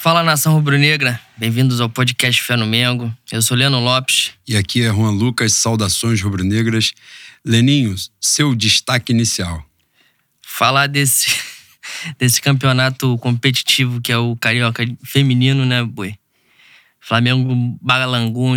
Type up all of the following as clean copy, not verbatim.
Fala, nação rubro-negra, bem-vindos ao podcast Fé no Mengo. Eu sou Leno Lopes. E aqui é Juan Lucas, saudações rubro-negras. Leninho, seu destaque inicial. Falar desse campeonato competitivo que é o Carioca Feminino, né, boi? Flamengo balangou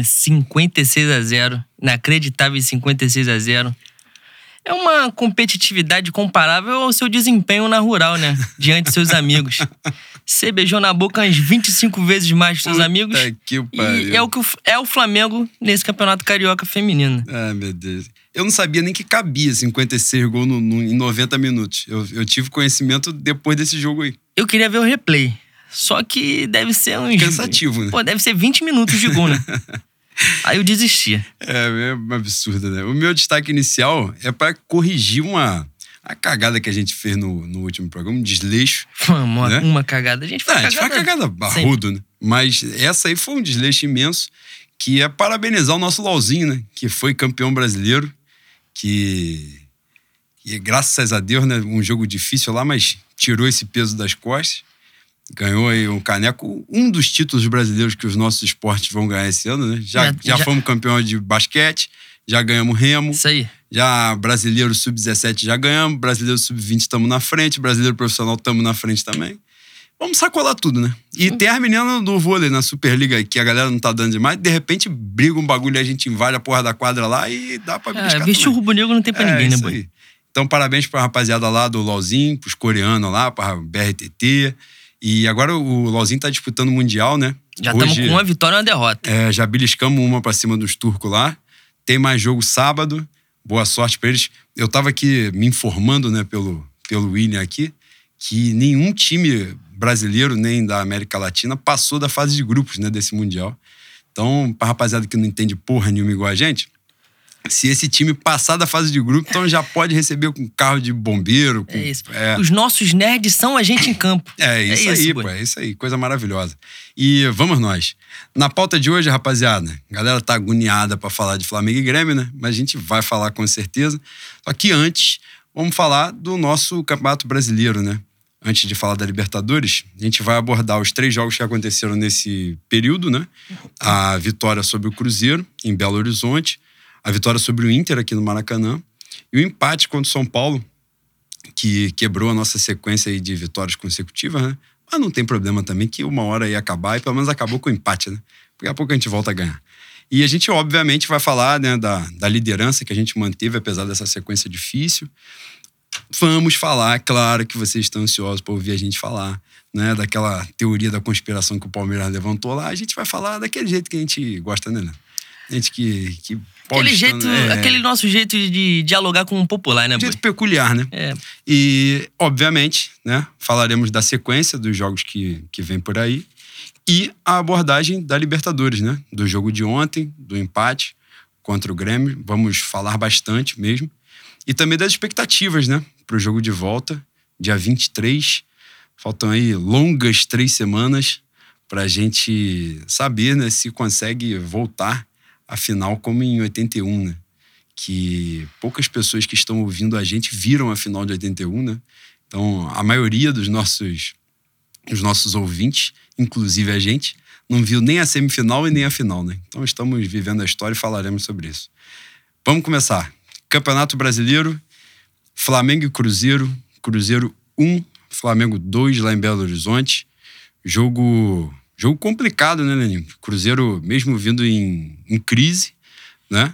56-0, inacreditável 56-0. É uma competitividade comparável ao seu desempenho na Rural, né? Diante de seus amigos. Você beijou na boca umas 25 vezes mais que seus amigos. Que pariu. E é o Flamengo nesse campeonato carioca feminino. Ai, meu Deus. Eu não sabia nem que cabia 56 gols em 90 minutos. Eu tive conhecimento depois desse jogo aí. Eu queria ver o replay. Só que deve ser uns... Cansativo, né? Pô, deve ser 20 minutos de gol, né? Aí eu desisti. É um absurdo, né? O meu destaque inicial é pra corrigir a cagada que a gente fez no último programa, um desleixo. Uma cagada. A gente fez uma cagada barrudo, né? Mas essa aí foi um desleixo imenso, que é parabenizar o nosso Lauzinho, né? Que foi campeão brasileiro, que graças a Deus, né? Um jogo difícil lá, mas tirou esse peso das costas. Ganhou aí um caneco, um dos títulos brasileiros que os nossos esportes vão ganhar esse ano, né? Já fomos campeões de basquete, já ganhamos remo. Isso aí. Já brasileiro sub-17 já ganhamos, brasileiro sub-20 estamos na frente, brasileiro profissional estamos na frente também. Vamos sacolar tudo, né? E tem as meninas do vôlei na Superliga que a galera não tá dando demais, de repente briga um bagulho e a gente invade a porra da quadra lá e dá pra beliscar. Vestir o rubro-negro não tem pra ninguém, né, isso boy? Aí. Então, parabéns pra rapaziada lá do LOLzinho, pros coreanos lá, pra BRTT. E agora o LOLzinho tá disputando o Mundial, né? Já estamos com uma vitória e uma derrota. Já beliscamos uma pra cima dos turcos lá. Tem mais jogo sábado. Boa sorte pra eles. Eu tava aqui me informando, né, pelo William aqui, que nenhum time brasileiro, nem da América Latina, passou da fase de grupos, né, desse Mundial. Então, pra rapaziada que não entende porra nenhuma igual a gente, se esse time passar da fase de grupo, então já pode receber com carro de bombeiro. É isso. Os nossos nerds são a gente em campo. É isso aí. Coisa maravilhosa. E vamos nós. Na pauta de hoje, rapaziada, a galera tá agoniada pra falar de Flamengo e Grêmio, né? Mas a gente vai falar com certeza. Só que antes, vamos falar do nosso Campeonato Brasileiro, né? Antes de falar da Libertadores, a gente vai abordar os 3 jogos que aconteceram nesse período, né? A vitória sobre o Cruzeiro, em Belo Horizonte, a vitória sobre o Inter aqui no Maracanã e o empate contra o São Paulo, que quebrou a nossa sequência aí de vitórias consecutivas, né? Mas não tem problema também, que uma hora ia acabar e pelo menos acabou com o empate, né? Daqui a pouco a gente volta a ganhar. E a gente, obviamente, vai falar, né, da liderança que a gente manteve, apesar dessa sequência difícil. Vamos falar, claro que vocês estão ansiosos para ouvir a gente falar, né, daquela teoria da conspiração que o Palmeiras levantou lá. A gente vai falar daquele jeito que a gente gosta, né? Gente que aquele nosso jeito de dialogar com o popular, né, boy? Jeito peculiar, né? E, obviamente, né, falaremos da sequência dos jogos que vem por aí e a abordagem da Libertadores, né? Do jogo de ontem, do empate contra o Grêmio. Vamos falar bastante mesmo. E também das expectativas, né? Pro jogo de volta, dia 23. Faltam aí longas 3 semanas pra gente saber, né, se consegue voltar afinal como em 81, né? Que poucas pessoas que estão ouvindo a gente viram a final de 81, né? Então, a maioria dos nossos ouvintes, inclusive a gente, não viu nem a semifinal e nem a final, né? Então, estamos vivendo a história e falaremos sobre isso. Vamos começar. Campeonato Brasileiro, Flamengo e Cruzeiro. Cruzeiro 1, Flamengo 2 lá em Belo Horizonte. Jogo complicado, né, Leninho? Cruzeiro, mesmo vindo em crise, né?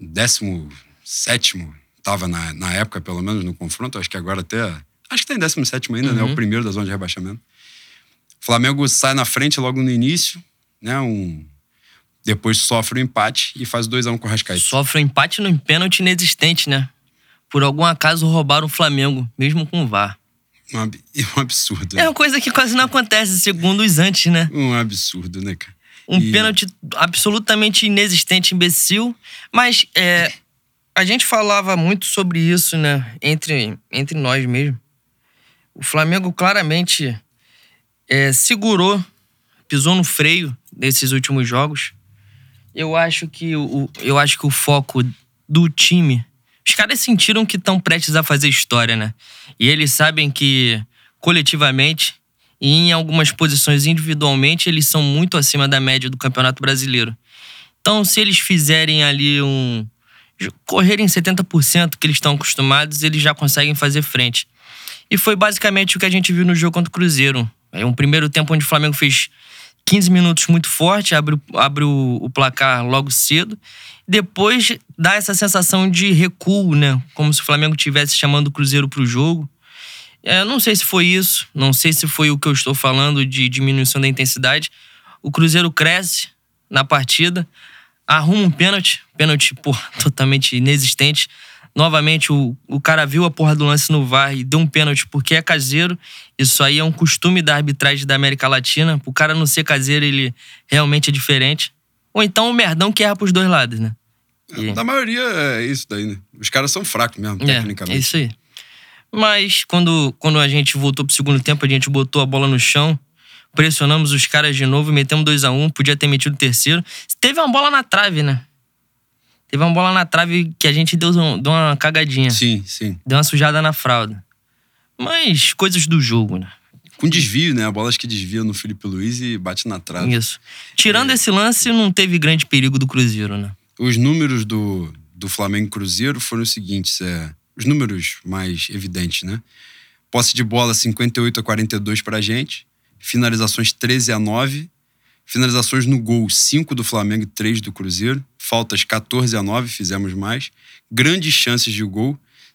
17º, estava na época, pelo menos, no confronto. Acho que agora até... Acho que tá em 17º ainda, né? O primeiro da zona de rebaixamento. Flamengo sai na frente logo no início, né? Depois sofre o empate e faz 2-1 com o Arrascaeta. Sofre o empate no pênalti inexistente, né? Por algum acaso roubaram o Flamengo, mesmo com o VAR. Um absurdo. É uma coisa que quase não acontece segundos antes, né? Um absurdo, né, cara? Pênalti absolutamente inexistente, imbecil. Mas a gente falava muito sobre isso, né? Entre nós mesmo. O Flamengo claramente segurou, pisou no freio nesses últimos jogos. Eu acho que o foco do time... Os caras sentiram que estão prestes a fazer história, né? E eles sabem que, coletivamente, e em algumas posições individualmente eles são muito acima da média do Campeonato Brasileiro. Então, se eles fizerem ali correrem 70% que eles estão acostumados, eles já conseguem fazer frente. E foi basicamente o que a gente viu no jogo contra o Cruzeiro. É um primeiro tempo onde o Flamengo fez 15 minutos muito forte, abre o placar logo cedo. Depois dá essa sensação de recuo, né? Como se o Flamengo estivesse chamando o Cruzeiro para o jogo. Não sei se foi isso, não sei se foi o que eu estou falando de diminuição da intensidade. O Cruzeiro cresce na partida, arruma um pênalti, totalmente inexistente. Novamente, o cara viu a porra do lance no VAR e deu um pênalti porque é caseiro. Isso aí é um costume da arbitragem da América Latina. O cara não ser caseiro, ele realmente é diferente. Ou então o merdão que erra pros dois lados, né? Na maioria é isso daí, né? Os caras são fracos mesmo, tecnicamente. É isso aí. Mas quando a gente voltou pro segundo tempo, a gente botou a bola no chão, pressionamos os caras de novo, metemos 2-1, podia ter metido o terceiro. Teve uma bola na trave, né? Teve uma bola na trave que a gente deu uma cagadinha. Sim. Deu uma sujada na fralda. Mas coisas do jogo, né? Com desvio, né? A bola acho que desvia no Felipe Luiz e bate na trave. Isso. Tirando esse lance, não teve grande perigo do Cruzeiro, né? Os números do Flamengo e Cruzeiro foram os seguintes, os números mais evidentes, né? Posse de bola 58-42 pra gente, finalizações 13-9, finalizações no gol 5 do Flamengo e 3 do Cruzeiro, faltas 14-9, fizemos mais, grandes chances de gol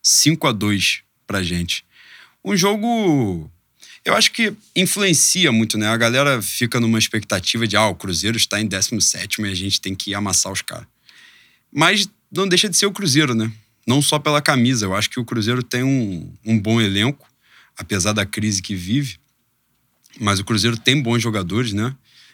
5-2 pra gente. Um jogo, eu acho que influencia muito, né? A galera fica numa expectativa de o Cruzeiro está em 17º e a gente tem que amassar os caras. Mas não deixa de ser o Cruzeiro, né? Não só pela camisa. Eu acho que o Cruzeiro tem um bom elenco, apesar da crise que vive. Mas o Cruzeiro tem bons jogadores, né?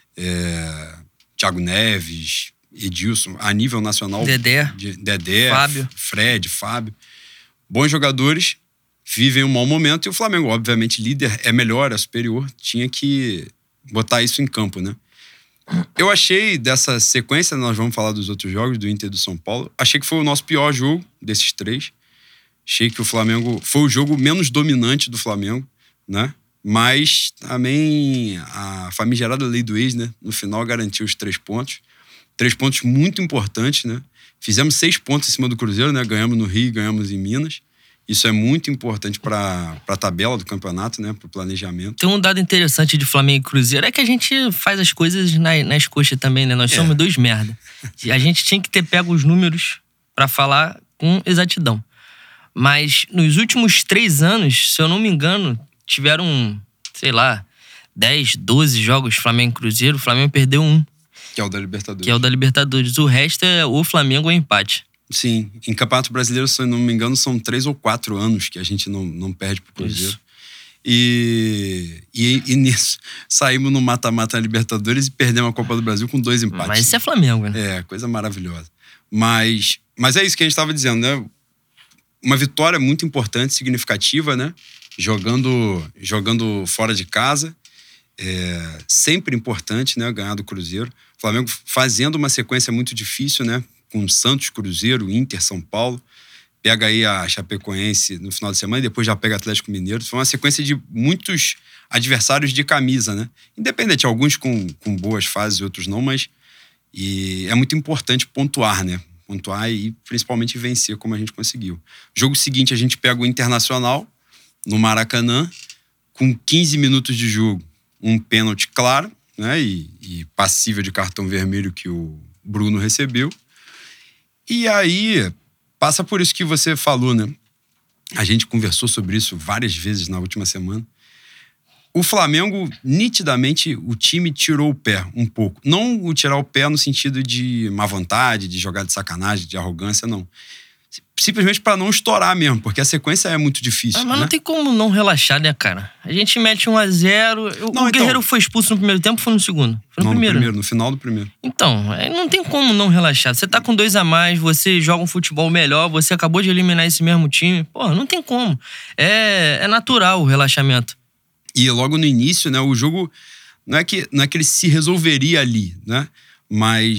Thiago Neves, Edilson, a nível nacional. Dedé, Fábio. Fred, Fábio. Bons jogadores, vivem um mau momento. E o Flamengo, obviamente, líder, é melhor, é superior. Tinha que botar isso em campo, né? Eu achei dessa sequência, nós vamos falar dos outros jogos, do Inter e do São Paulo, achei que foi o nosso pior jogo desses três. Achei que o Flamengo foi o jogo menos dominante do Flamengo, né? Mas também a famigerada lei do ex, né? No final garantiu os 3 pontos. 3 pontos muito importantes, né? Fizemos 6 pontos em cima do Cruzeiro, né? Ganhamos no Rio, ganhamos em Minas. Isso é muito importante para a tabela do campeonato, né? Para o planejamento. Tem um dado interessante de Flamengo e Cruzeiro, é que a gente faz as coisas nas coxas também, né? Nós somos dois merda. A gente tinha que ter pego os números para falar com exatidão. Mas nos últimos 3 anos, se eu não me engano, tiveram, 10, 12 jogos Flamengo e Cruzeiro. O Flamengo perdeu um. Que é o da Libertadores. O resto é o Flamengo ou empate. Sim, em Campeonato Brasileiro, se eu não me engano, são 3 ou 4 anos que a gente não perde pro Cruzeiro. E nisso, saímos no mata-mata na Libertadores e perdemos a Copa do Brasil com 2 empates. Mas isso é Flamengo, né? Coisa maravilhosa. Mas é isso que a gente estava dizendo, né? Uma vitória muito importante, significativa, né? Jogando fora de casa. Sempre importante, né? Ganhar do Cruzeiro. O Flamengo fazendo uma sequência muito difícil, né? Com Santos, Cruzeiro, Inter, São Paulo. Pega aí a Chapecoense no final de semana e depois já pega Atlético Mineiro. Foi uma sequência de muitos adversários de camisa, né? Independente, alguns com boas fases e outros não, mas é muito importante pontuar, né? Pontuar e principalmente vencer como a gente conseguiu. Jogo seguinte a gente pega o Internacional no Maracanã com 15 minutos de jogo. Um pênalti claro, né? E passível de cartão vermelho que o Bruno recebeu. E aí, passa por isso que você falou, né? A gente conversou sobre isso várias vezes na última semana. O Flamengo, nitidamente, o time tirou o pé um pouco. Não o tirar o pé no sentido de má vontade, de jogar de sacanagem, de arrogância, não. Simplesmente para não estourar mesmo, porque a sequência é muito difícil. Mas não tem como não relaxar, né, cara? A gente mete 1-0. O Guerreiro foi expulso no primeiro tempo ou foi no segundo? Foi no primeiro. No final do primeiro. Então, não tem como não relaxar. Você tá com 2 a mais, você joga um futebol melhor, você acabou de eliminar esse mesmo time. Pô, não tem como. É natural o relaxamento. E logo no início, né, o jogo não é que ele se resolveria ali, né? Mas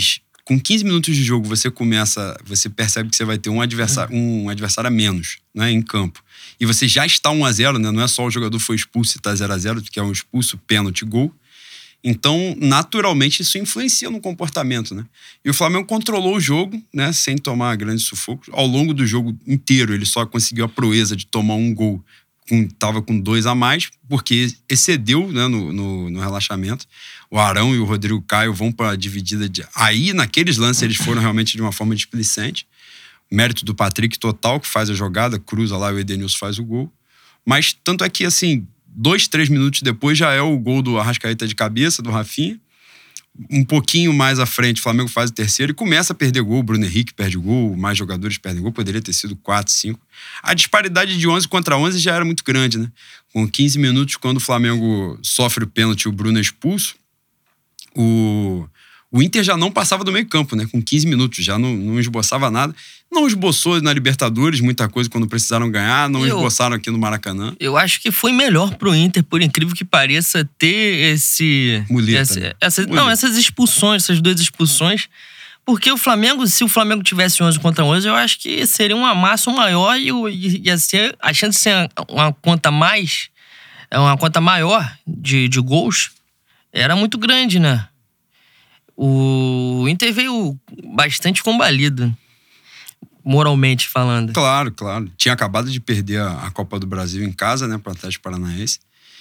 Com 15 minutos de jogo, você percebe que você vai ter um adversário a menos, né, em campo. E você já está 1-0, né? Não é só o jogador foi expulso e está 0-0, que é um expulso, pênalti, gol. Então, naturalmente, isso influencia no comportamento, né? E o Flamengo controlou o jogo, né? Sem tomar grandes sufocos. Ao longo do jogo inteiro, ele só conseguiu a proeza de tomar um gol. Tava com 2 a mais, porque excedeu, né, no relaxamento. O Arão e o Rodrigo Caio vão para a dividida. Aí, naqueles lances, eles foram realmente de uma forma displicente. Mérito do Patrick total, que faz a jogada, cruza lá e o Edenilson faz o gol. Mas tanto é que, assim, 2, 3 minutos depois já é o gol do Arrascaeta de cabeça, do Rafinha. Um pouquinho mais à frente, o Flamengo faz o terceiro e começa a perder gol. O Bruno Henrique perde gol, mais jogadores perdem gol. Poderia ter sido 4, 5. A disparidade de 11 contra 11 já era muito grande, né? Com 15 minutos, quando o Flamengo sofre o pênalti e o Bruno é expulso, o Inter já não passava do meio campo, né? Com 15 minutos, já não esboçava nada. Não esboçou na Libertadores muita coisa quando precisaram ganhar, não esboçaram aqui no Maracanã. Eu acho que foi melhor pro Inter, por incrível que pareça, ter essas expulsões, essas 2 expulsões. Porque o Flamengo, se o Flamengo tivesse 11 contra 11, eu acho que seria um amasso maior e ia ser, a chance de ser uma conta maior de gols era muito grande, né? O Inter veio bastante combalido, moralmente falando. Claro. Tinha acabado de perder a Copa do Brasil em casa, né, para o Atlético Paranaense.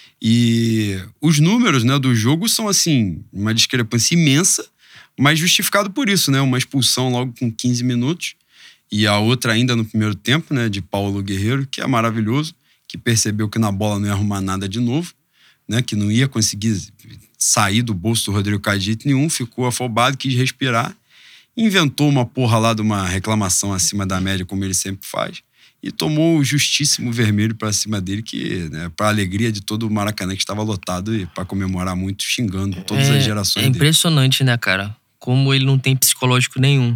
E os números, né, do jogo são, assim, uma discrepância imensa, mas justificado por isso, né? Uma expulsão logo com 15 minutos e a outra ainda no primeiro tempo, né, de Paulo Guerreiro, que é maravilhoso, que percebeu que na bola não ia arrumar nada de novo, né, que não ia conseguir sair do bolso do Rodrigo Caio de jeito nenhum, ficou afobado, quis respirar, inventou uma porra lá de uma reclamação acima da média, como ele sempre faz, e tomou o justíssimo vermelho pra cima dele, que, né, pra alegria de todo o Maracanã, que estava lotado, e pra comemorar muito, xingando todas as gerações dele. É impressionante, né, cara? Como ele não tem psicológico nenhum.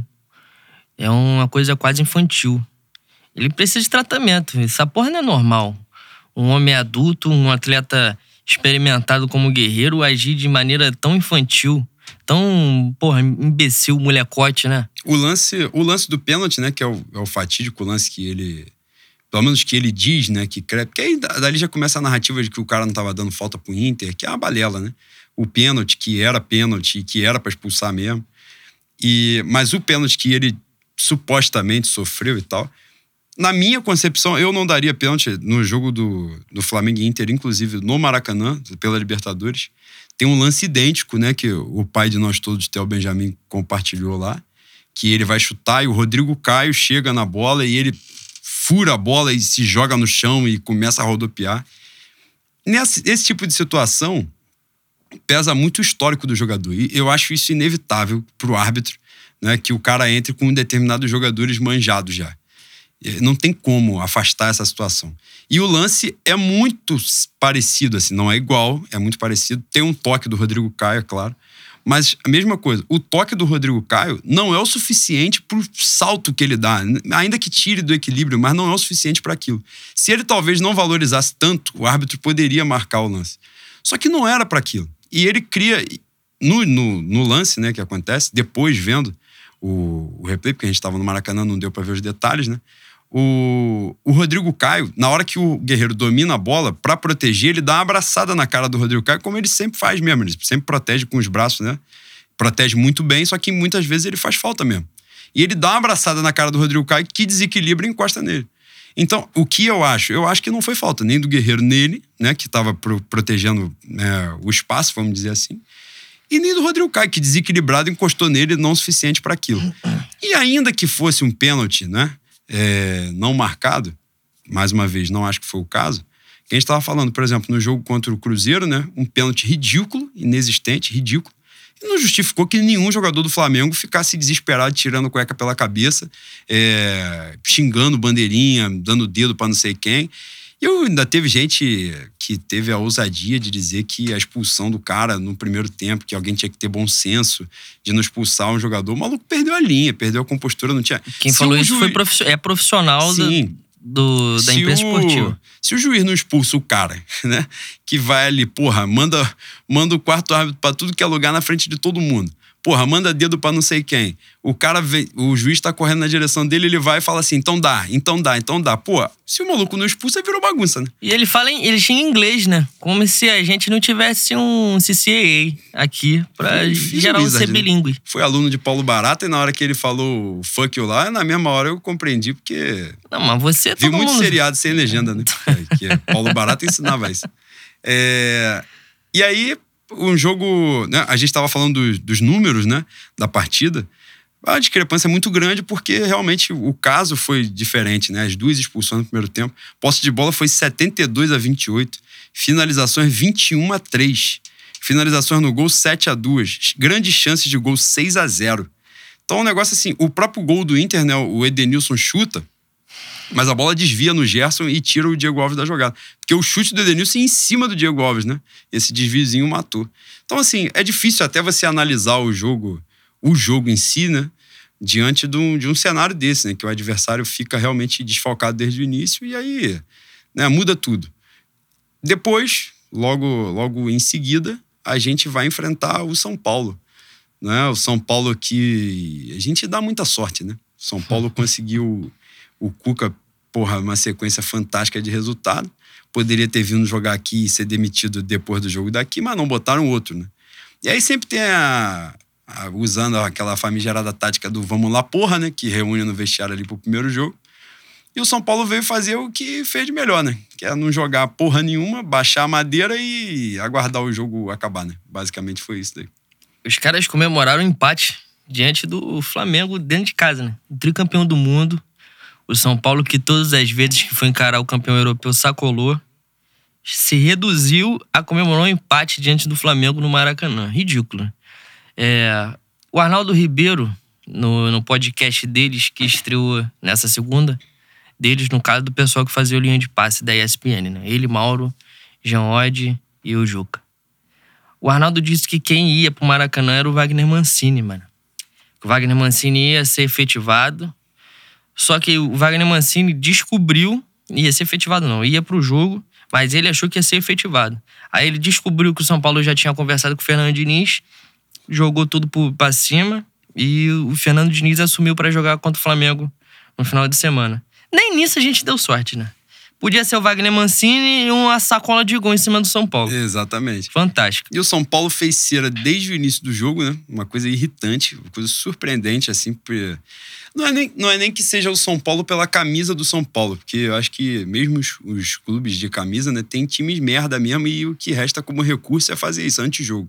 É uma coisa quase infantil. Ele precisa de tratamento. Essa porra não é normal. Um homem adulto, um atleta experimentado como Guerreiro, agir de maneira tão infantil, tão, porra, imbecil, molecote, né? O lance do pênalti, né, que é o fatídico lance que ele, pelo menos que ele diz, né, que crê, porque aí dali já começa a narrativa de que o cara não tava dando falta pro Inter, que é uma balela, né? O pênalti, que era pênalti, que era pra expulsar mesmo. Mas o pênalti que ele supostamente sofreu e tal, na minha concepção, eu não daria pênalti no jogo do Flamengo e Inter, inclusive no Maracanã, pela Libertadores. Tem um lance idêntico, né, que o pai de nós todos, Theo Benjamin, compartilhou lá, que ele vai chutar e o Rodrigo Caio chega na bola e ele fura a bola e se joga no chão e começa a rodopiar. Esse tipo de situação pesa muito o histórico do jogador. E eu acho isso inevitável pro árbitro, né, que o cara entre com determinados jogadores manjados já. Não tem como afastar essa situação. E o lance é muito parecido, assim, não é igual, é muito parecido. Tem um toque do Rodrigo Caio, é claro. Mas a mesma coisa, o toque do Rodrigo Caio não é o suficiente pro salto que ele dá. Ainda que tire do equilíbrio, mas não é o suficiente para aquilo. Se ele talvez não valorizasse tanto, o árbitro poderia marcar o lance. Só que não era para aquilo. E ele cria, no lance, né, que acontece, depois vendo o replay, porque a gente estava no Maracanã, não deu para ver os detalhes, né? O Rodrigo Caio, na hora que o Guerreiro domina a bola, pra proteger, ele dá uma abraçada na cara do Rodrigo Caio, como ele sempre faz mesmo. Ele sempre protege com os braços, né? Protege muito bem, só que muitas vezes ele faz falta mesmo. E ele dá uma abraçada na cara do Rodrigo Caio, que desequilibra e encosta nele. Então, o que eu acho? Eu acho que não foi falta nem do Guerreiro nele, né? Que estava protegendo o espaço, vamos dizer assim. E nem do Rodrigo Caio, que desequilibrado encostou nele, não o suficiente para aquilo. E ainda que fosse um pênalti, né? Não marcado, mais uma vez, não acho que foi o caso. A gente estava falando, por exemplo, no jogo contra o Cruzeiro, né? Um pênalti ridículo, inexistente, ridículo. E não justificou que nenhum jogador do Flamengo ficasse desesperado, tirando cueca pela cabeça, xingando bandeirinha, dando dedo para não sei quem. E ainda teve gente que teve a ousadia de dizer que a expulsão do cara no primeiro tempo, que alguém tinha que ter bom senso de não expulsar um jogador. O maluco perdeu a linha, perdeu a compostura, não tinha... Quem falou isso foi profissional. Sim. Da imprensa esportiva. Se o juiz não expulsa o cara, né, que vai ali, porra, manda o quarto árbitro pra tudo que é lugar na frente de todo mundo, Porra, manda dedo pra não sei quem. O cara vem, o juiz tá correndo na direção dele, ele vai e fala assim, então dá. Pô, se o maluco não expulsa, virou bagunça, né? E ele tinha inglês, né? Como se a gente não tivesse um CCAA aqui pra gerar um ser bilíngue. Fui aluno de Paulo Barata e na hora que ele falou fuck you lá, na mesma hora eu compreendi, porque... Não, mas você... Vi muito seriado sem legenda, né? Que Paulo Barata ensinava isso. E aí, um jogo... Né? A gente tava falando dos números, né? Da partida. A discrepância é muito grande porque realmente o caso foi diferente, né? As duas expulsões no primeiro tempo. Posse de bola foi 72-28. Finalizações 21-3. Finalizações no gol 7-2. Grandes chances de gol 6-0. Então, um negócio assim, o próprio gol do Inter, né? O Edenilson chuta, mas a bola desvia no Gerson e tira o Diego Alves da jogada. Porque o chute do Edenilson é em cima do Diego Alves, né? Esse desviozinho matou. Então, assim, é difícil até você analisar o jogo em si, né? Diante de um cenário desse, né? Que o adversário fica realmente desfalcado desde o início e aí, né? Muda tudo. Depois, logo em seguida, a gente vai enfrentar o São Paulo, né? O São Paulo que a gente dá muita sorte, né? O São Paulo conseguiu o Cuca, porra, uma sequência fantástica de resultado. Poderia ter vindo jogar aqui e ser demitido depois do jogo daqui, mas não botaram outro, né? E aí sempre tem usando aquela famigerada tática do vamos lá porra, né? Que reúne no vestiário ali pro primeiro jogo. E o São Paulo veio fazer o que fez de melhor, né? Que é não jogar porra nenhuma, baixar a madeira e aguardar o jogo acabar, né? Basicamente foi isso daí. Os caras comemoraram o empate diante do Flamengo dentro de casa, né? O tricampeão do mundo. O São Paulo, que todas as vezes que foi encarar o campeão europeu sacolou, se reduziu a comemorar um empate diante do Flamengo no Maracanã. Ridículo. O Arnaldo Ribeiro, no podcast deles, que estreou nessa segunda, deles, no caso do pessoal que fazia o linha de passe da ESPN, né? Ele, Mauro, Jean Oddi e o Juca. O Arnaldo disse que quem ia pro Maracanã era o Wagner Mancini, mano. O Wagner Mancini ia ser efetivado, só que o Wagner Mancini descobriu, ia ser efetivado não, ia pro jogo, mas ele achou que ia ser efetivado. Aí ele descobriu que o São Paulo já tinha conversado com o Fernando Diniz, jogou tudo pra cima e o Fernando Diniz assumiu pra jogar contra o Flamengo no final de semana. Nem nisso a gente deu sorte, né? Podia ser o Wagner Mancini e uma sacola de gol em cima do São Paulo. Exatamente. Fantástico. E o São Paulo fez cera desde o início do jogo, né? Uma coisa irritante, uma coisa surpreendente, assim. Porque não é nem que seja o São Paulo pela camisa do São Paulo, porque eu acho que mesmo os clubes de camisa, né, tem times merda mesmo e o que resta como recurso é fazer isso, antijogo.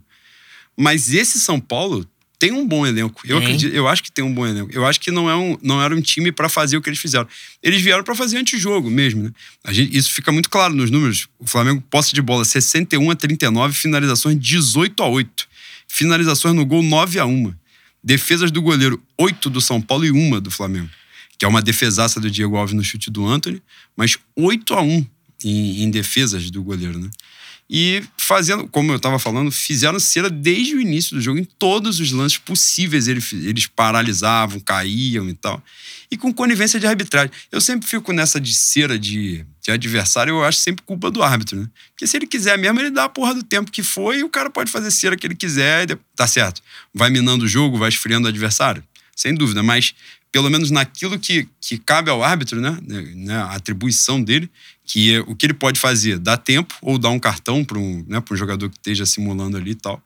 Mas esse São Paulo tem um bom elenco. Eu acho que tem um bom elenco. Eu acho que não era um time pra fazer o que eles fizeram. Eles vieram pra fazer antijogo mesmo, né? Isso fica muito claro nos números. O Flamengo, posse de bola 61-39, finalizações 18-8. Finalizações no gol 9-1. Defesas do goleiro 8 do São Paulo e 1 do Flamengo. Que é uma defesaça do Diego Alves no chute do Antony, mas 8-1 em defesas do goleiro, né? E fazendo, como eu tava falando, fizeram cera desde o início do jogo, em todos os lances possíveis eles paralisavam, caíam e tal. E com conivência de arbitragem. Eu sempre fico nessa de cera de adversário, eu acho sempre culpa do árbitro, né? Porque se ele quiser mesmo, ele dá a porra do tempo que foi e o cara pode fazer cera que ele quiser e tá certo. Vai minando o jogo, vai esfriando o adversário, sem dúvida, mas pelo menos naquilo que cabe ao árbitro, né? A atribuição dele, que é o que ele pode fazer, dar tempo ou dar um cartão para um jogador que esteja simulando ali e tal.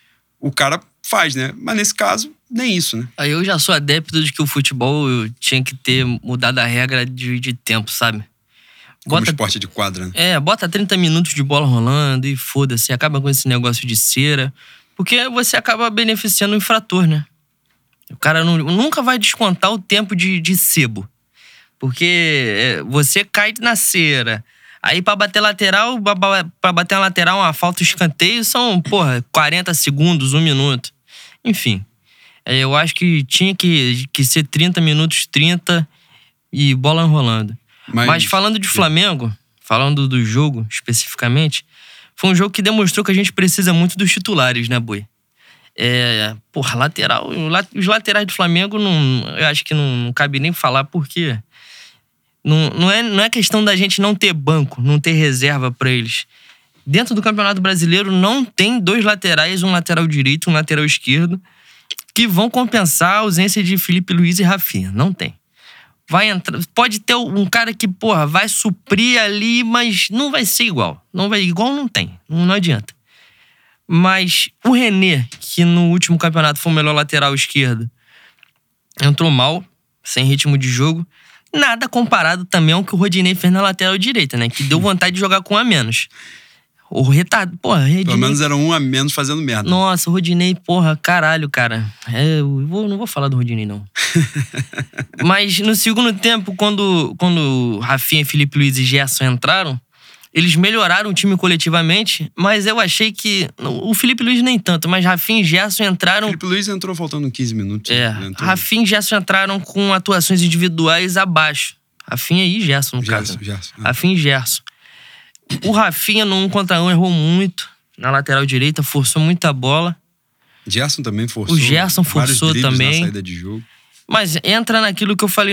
O cara faz, né? Mas nesse caso, nem isso, né? Aí eu já sou adepto de que o futebol tinha que ter mudado a regra de tempo, sabe? Como esporte de quadra, né? Bota 30 minutos de bola rolando e foda-se, acaba com esse negócio de cera, porque você acaba beneficiando o infrator, né? O cara nunca vai descontar o tempo de sebo. Porque você cai na cera. Aí pra bater lateral, pra bater na lateral, uma falta, escanteio, são, 40 segundos, 1 minuto. Enfim, eu acho que tinha que ser 30 minutos, 30 e bola rolando. Mas falando de Flamengo, falando do jogo especificamente, foi um jogo que demonstrou que a gente precisa muito dos titulares, né, Boi? Lateral. Os laterais do Flamengo, eu acho que não cabe nem falar, porque não é questão da gente não ter banco, não ter reserva pra eles. Dentro do Campeonato Brasileiro não tem 2 laterais, um lateral direito, um lateral esquerdo, que vão compensar a ausência de Felipe Luiz e Rafinha. Não tem. Vai entrar, pode ter um cara que, porra, vai suprir ali, mas não vai ser igual. Igual não tem, não adianta. Mas o René, que no último campeonato foi o melhor lateral esquerdo, entrou mal, sem ritmo de jogo. Nada comparado também ao que o Rodinei fez na lateral direita, né? Que deu vontade de jogar com um a menos. O retardado, porra, Rodinei... Pelo menos era um a menos fazendo merda. Nossa, o Rodinei, porra, caralho, cara. Não vou falar do Rodinei, não. Mas no segundo tempo, quando Rafinha, Felipe Luiz e Gerson entraram, eles melhoraram o time coletivamente, mas eu achei que... O Felipe Luiz nem tanto, mas Rafinha e Gerson entraram... Felipe Luiz entrou faltando 15 minutos. Rafinha e Gerson entraram com atuações individuais abaixo. Rafinha e Gerson, no caso. Rafinha e Gerson. O Rafinha, no 1 contra 1, errou muito na lateral direita, forçou muita bola. Gerson também forçou. O Gerson forçou também. Na saída de jogo. Mas entra naquilo que eu falei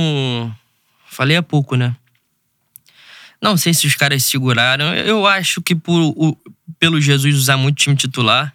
Falei há pouco, né? Não sei se os caras seguraram. Eu acho que pelo Jesus usar muito time titular,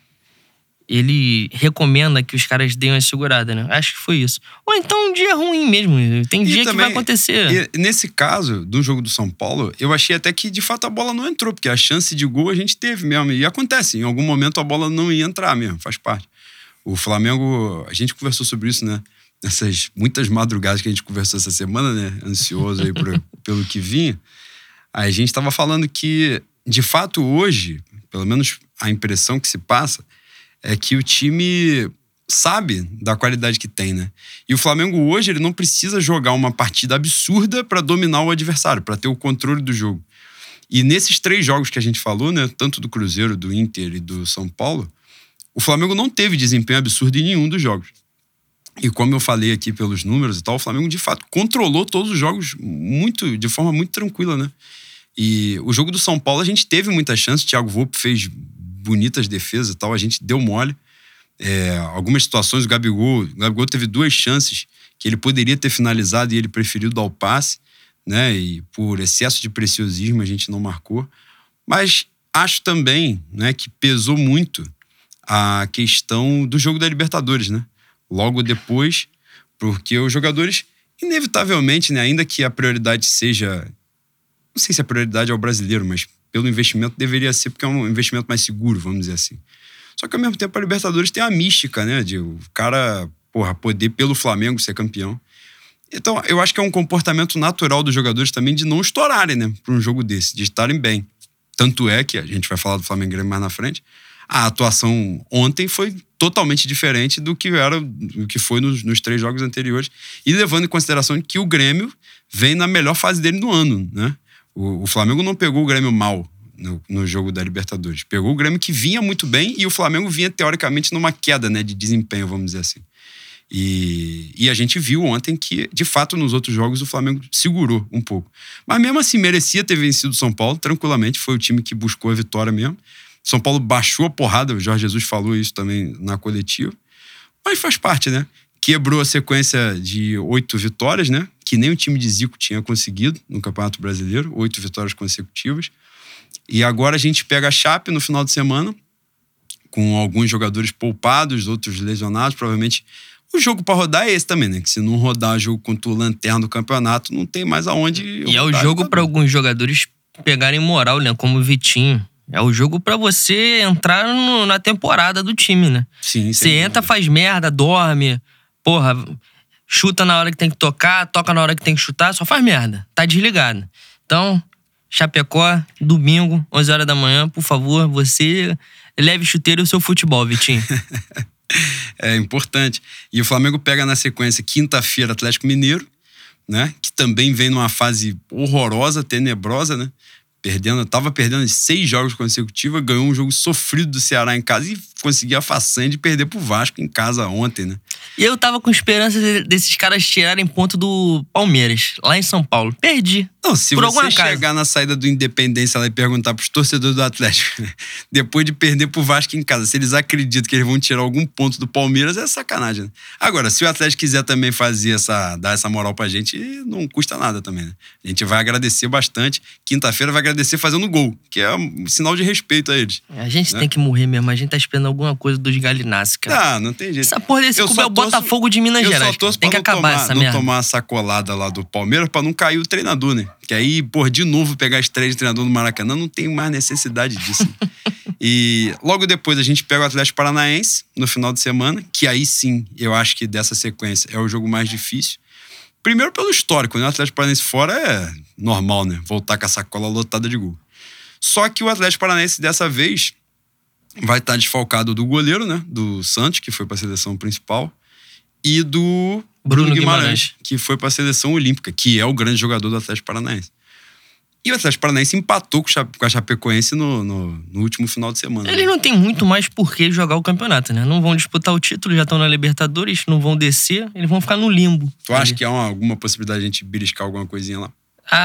ele recomenda que os caras deem uma segurada, né? Acho que foi isso. Ou então um dia ruim mesmo. Tem dia que vai acontecer. E nesse caso, do jogo do São Paulo, eu achei até que, de fato, a bola não entrou. Porque a chance de gol a gente teve mesmo. E acontece, em algum momento a bola não ia entrar mesmo. Faz parte. O Flamengo, a gente conversou sobre isso, né? Nessas muitas madrugadas que a gente conversou essa semana, né? Ansioso aí pelo que vinha. Aí a gente tava falando que, de fato, hoje, pelo menos a impressão que se passa, é que o time sabe da qualidade que tem, né? E o Flamengo hoje, ele não precisa jogar uma partida absurda para dominar o adversário, para ter o controle do jogo. E nesses 3 jogos que a gente falou, né? Tanto do Cruzeiro, do Inter e do São Paulo, o Flamengo não teve desempenho absurdo em nenhum dos jogos. E como eu falei aqui pelos números e tal, o Flamengo, de fato, controlou todos os jogos de forma muito tranquila, né? E o jogo do São Paulo, a gente teve muita chance. Thiago Volpi fez bonitas defesas e tal, a gente deu mole. Algumas situações, o Gabigol teve 2 chances que ele poderia ter finalizado e ele preferiu dar o passe, né? E por excesso de preciosismo a gente não marcou. Mas acho também, né, que pesou muito a questão do jogo da Libertadores, né? Logo depois, porque os jogadores, inevitavelmente, né, ainda que a prioridade seja... Não sei se a prioridade é o brasileiro, mas pelo investimento deveria ser, porque é um investimento mais seguro, vamos dizer assim. Só que ao mesmo tempo a Libertadores tem a mística, né? De o cara, poder pelo Flamengo ser campeão. Então eu acho que é um comportamento natural dos jogadores também de não estourarem, né? Para um jogo desse, de estarem bem. Tanto é que a gente vai falar do Flamengo e Grêmio mais na frente. A atuação ontem foi totalmente diferente do que foi nos 3 jogos anteriores. E levando em consideração que o Grêmio vem na melhor fase dele no ano, né? O Flamengo não pegou o Grêmio mal no jogo da Libertadores. Pegou o Grêmio que vinha muito bem e o Flamengo vinha, teoricamente, numa queda, né, de desempenho, vamos dizer assim. E a gente viu ontem que, de fato, nos outros jogos o Flamengo segurou um pouco. Mas mesmo assim, merecia ter vencido o São Paulo, tranquilamente. Foi o time que buscou a vitória mesmo. São Paulo baixou a porrada, o Jorge Jesus falou isso também na coletiva. Mas faz parte, né? Quebrou a sequência de 8 vitórias, né? Que nem o time de Zico tinha conseguido no Campeonato Brasileiro, 8 vitórias consecutivas. E agora a gente pega a Chape no final de semana, com alguns jogadores poupados, outros lesionados. Provavelmente o jogo pra rodar é esse também, né? Que se não rodar o jogo contra o lanterna do campeonato, não tem mais aonde... E é o jogo para alguns jogadores pegarem moral, né? Como o Vitinho. É o jogo pra você entrar na temporada do time, né? Sim. Você entra, faz merda, dorme, chuta na hora que tem que tocar, toca na hora que tem que chutar, só faz merda. Tá desligado. Então, Chapecó, domingo, 11 horas da manhã, por favor, você leve chuteiro o seu futebol, Vitinho. É importante. E o Flamengo pega na sequência, quinta-feira, Atlético Mineiro, né? Que também vem numa fase horrorosa, tenebrosa, né? Tava perdendo 6 jogos consecutivos, ganhou um jogo sofrido do Ceará em casa e conseguiu a façanha de perder pro Vasco em casa ontem, né? E eu tava com esperança desses caras tirarem ponto do Palmeiras, lá em São Paulo. Perdi. Não, se você chegar na saída do Independência lá e perguntar pros torcedores do Atlético, depois de perder pro Vasco em casa, se eles acreditam que eles vão tirar algum ponto do Palmeiras, é sacanagem, né? Agora, se o Atlético quiser também dar essa moral pra gente, não custa nada também, né? A gente vai agradecer bastante. Quinta-feira vai agradecer fazendo gol, que é um sinal de respeito a eles. A gente tem que morrer mesmo, a gente tá esperando alguma coisa dos Galináceos, cara. Não tem jeito. Essa porra desse clube é o Botafogo de Minas Gerais. Eu só torço tem que acabar essa merda. Não tomar a sacolada lá do Palmeiras pra não cair o treinador, né? Que aí, porra, de novo pegar a estreia de treinador no Maracanã, não tem mais necessidade disso. E logo depois a gente pega o Atlético Paranaense no final de semana, que aí sim, eu acho que dessa sequência é o jogo mais difícil. Primeiro pelo histórico, né? O Atlético Paranaense fora é normal, né? Voltar com a sacola lotada de gol. Só que o Atlético Paranaense dessa vez vai estar desfalcado do goleiro, né? Do Santos, que foi para a seleção principal, e do Bruno Guimarães, que foi para a seleção olímpica, que é o grande jogador do Atlético Paranaense. E o Atlético Paranaense empatou com a Chapecoense no último final de semana. Eles não tem muito mais por que jogar o campeonato, né? Não vão disputar o título, já estão na Libertadores, não vão descer, eles vão ficar no limbo. Tu acha que há alguma possibilidade de a gente beliscar alguma coisinha lá?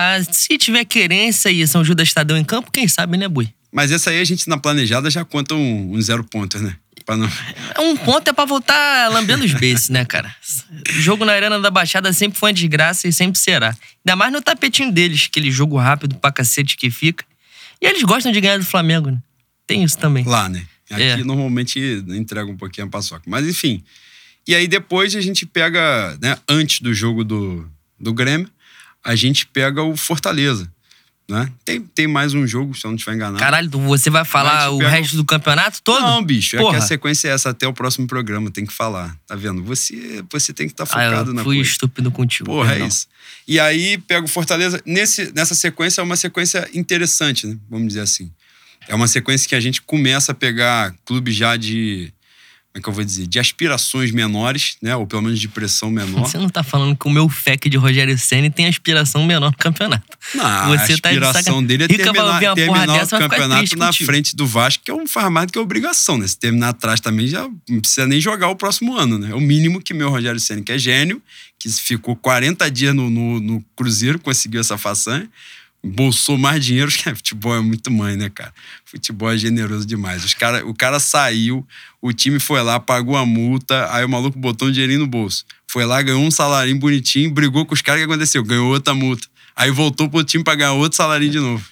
Se tiver querência e São Judas Tadeu em campo, quem sabe, né, Bui? Mas essa aí a gente na planejada já conta um 0 pontos, né? Não... Um ponto é pra voltar lambendo os beiços, né, cara? O jogo na Arena da Baixada sempre foi uma desgraça e sempre será. Ainda mais no tapetinho deles, aquele jogo rápido pra cacete que fica. E eles gostam de ganhar do Flamengo, né? Tem isso também. Lá, né? Aqui normalmente entrega um pouquinho a paçoca. Mas enfim. E aí depois a gente pega, né, antes do jogo do Grêmio, a gente pega o Fortaleza. Né? Tem mais um jogo, se eu não estiver enganado. Caralho, você vai falar o resto do campeonato todo? Não, bicho, é que a sequência é essa até o próximo programa, tem que falar, tá vendo? Você tem que estar focado na coisa. Fui estúpido contigo. Porra, é isso. E aí, pega o Fortaleza, nessa sequência é uma sequência interessante, né? Vamos dizer assim. É uma sequência que a gente começa a pegar clubes já de... Como é que eu vou dizer? De aspirações menores, né? Ou pelo menos de pressão menor. Você não tá falando que o meu FEC de Rogério Ceni tem aspiração menor no campeonato. Não, você a aspiração dele é terminar o campeonato na frente do Vasco, que faz mais do que obrigação, né? Se terminar atrás também já não precisa nem jogar o próximo ano, né? É o mínimo que meu Rogério Ceni, que é gênio, que ficou 40 dias no Cruzeiro, conseguiu essa façanha, bolsou mais dinheiro, que futebol é muito mãe, né, cara? Futebol é generoso demais. O cara saiu, o time foi lá, pagou a multa, aí o maluco botou um dinheirinho no bolso. Foi lá, ganhou um salarinho bonitinho, brigou com os caras, o que aconteceu? Ganhou outra multa. Aí voltou pro time pra ganhar outro salarinho de novo.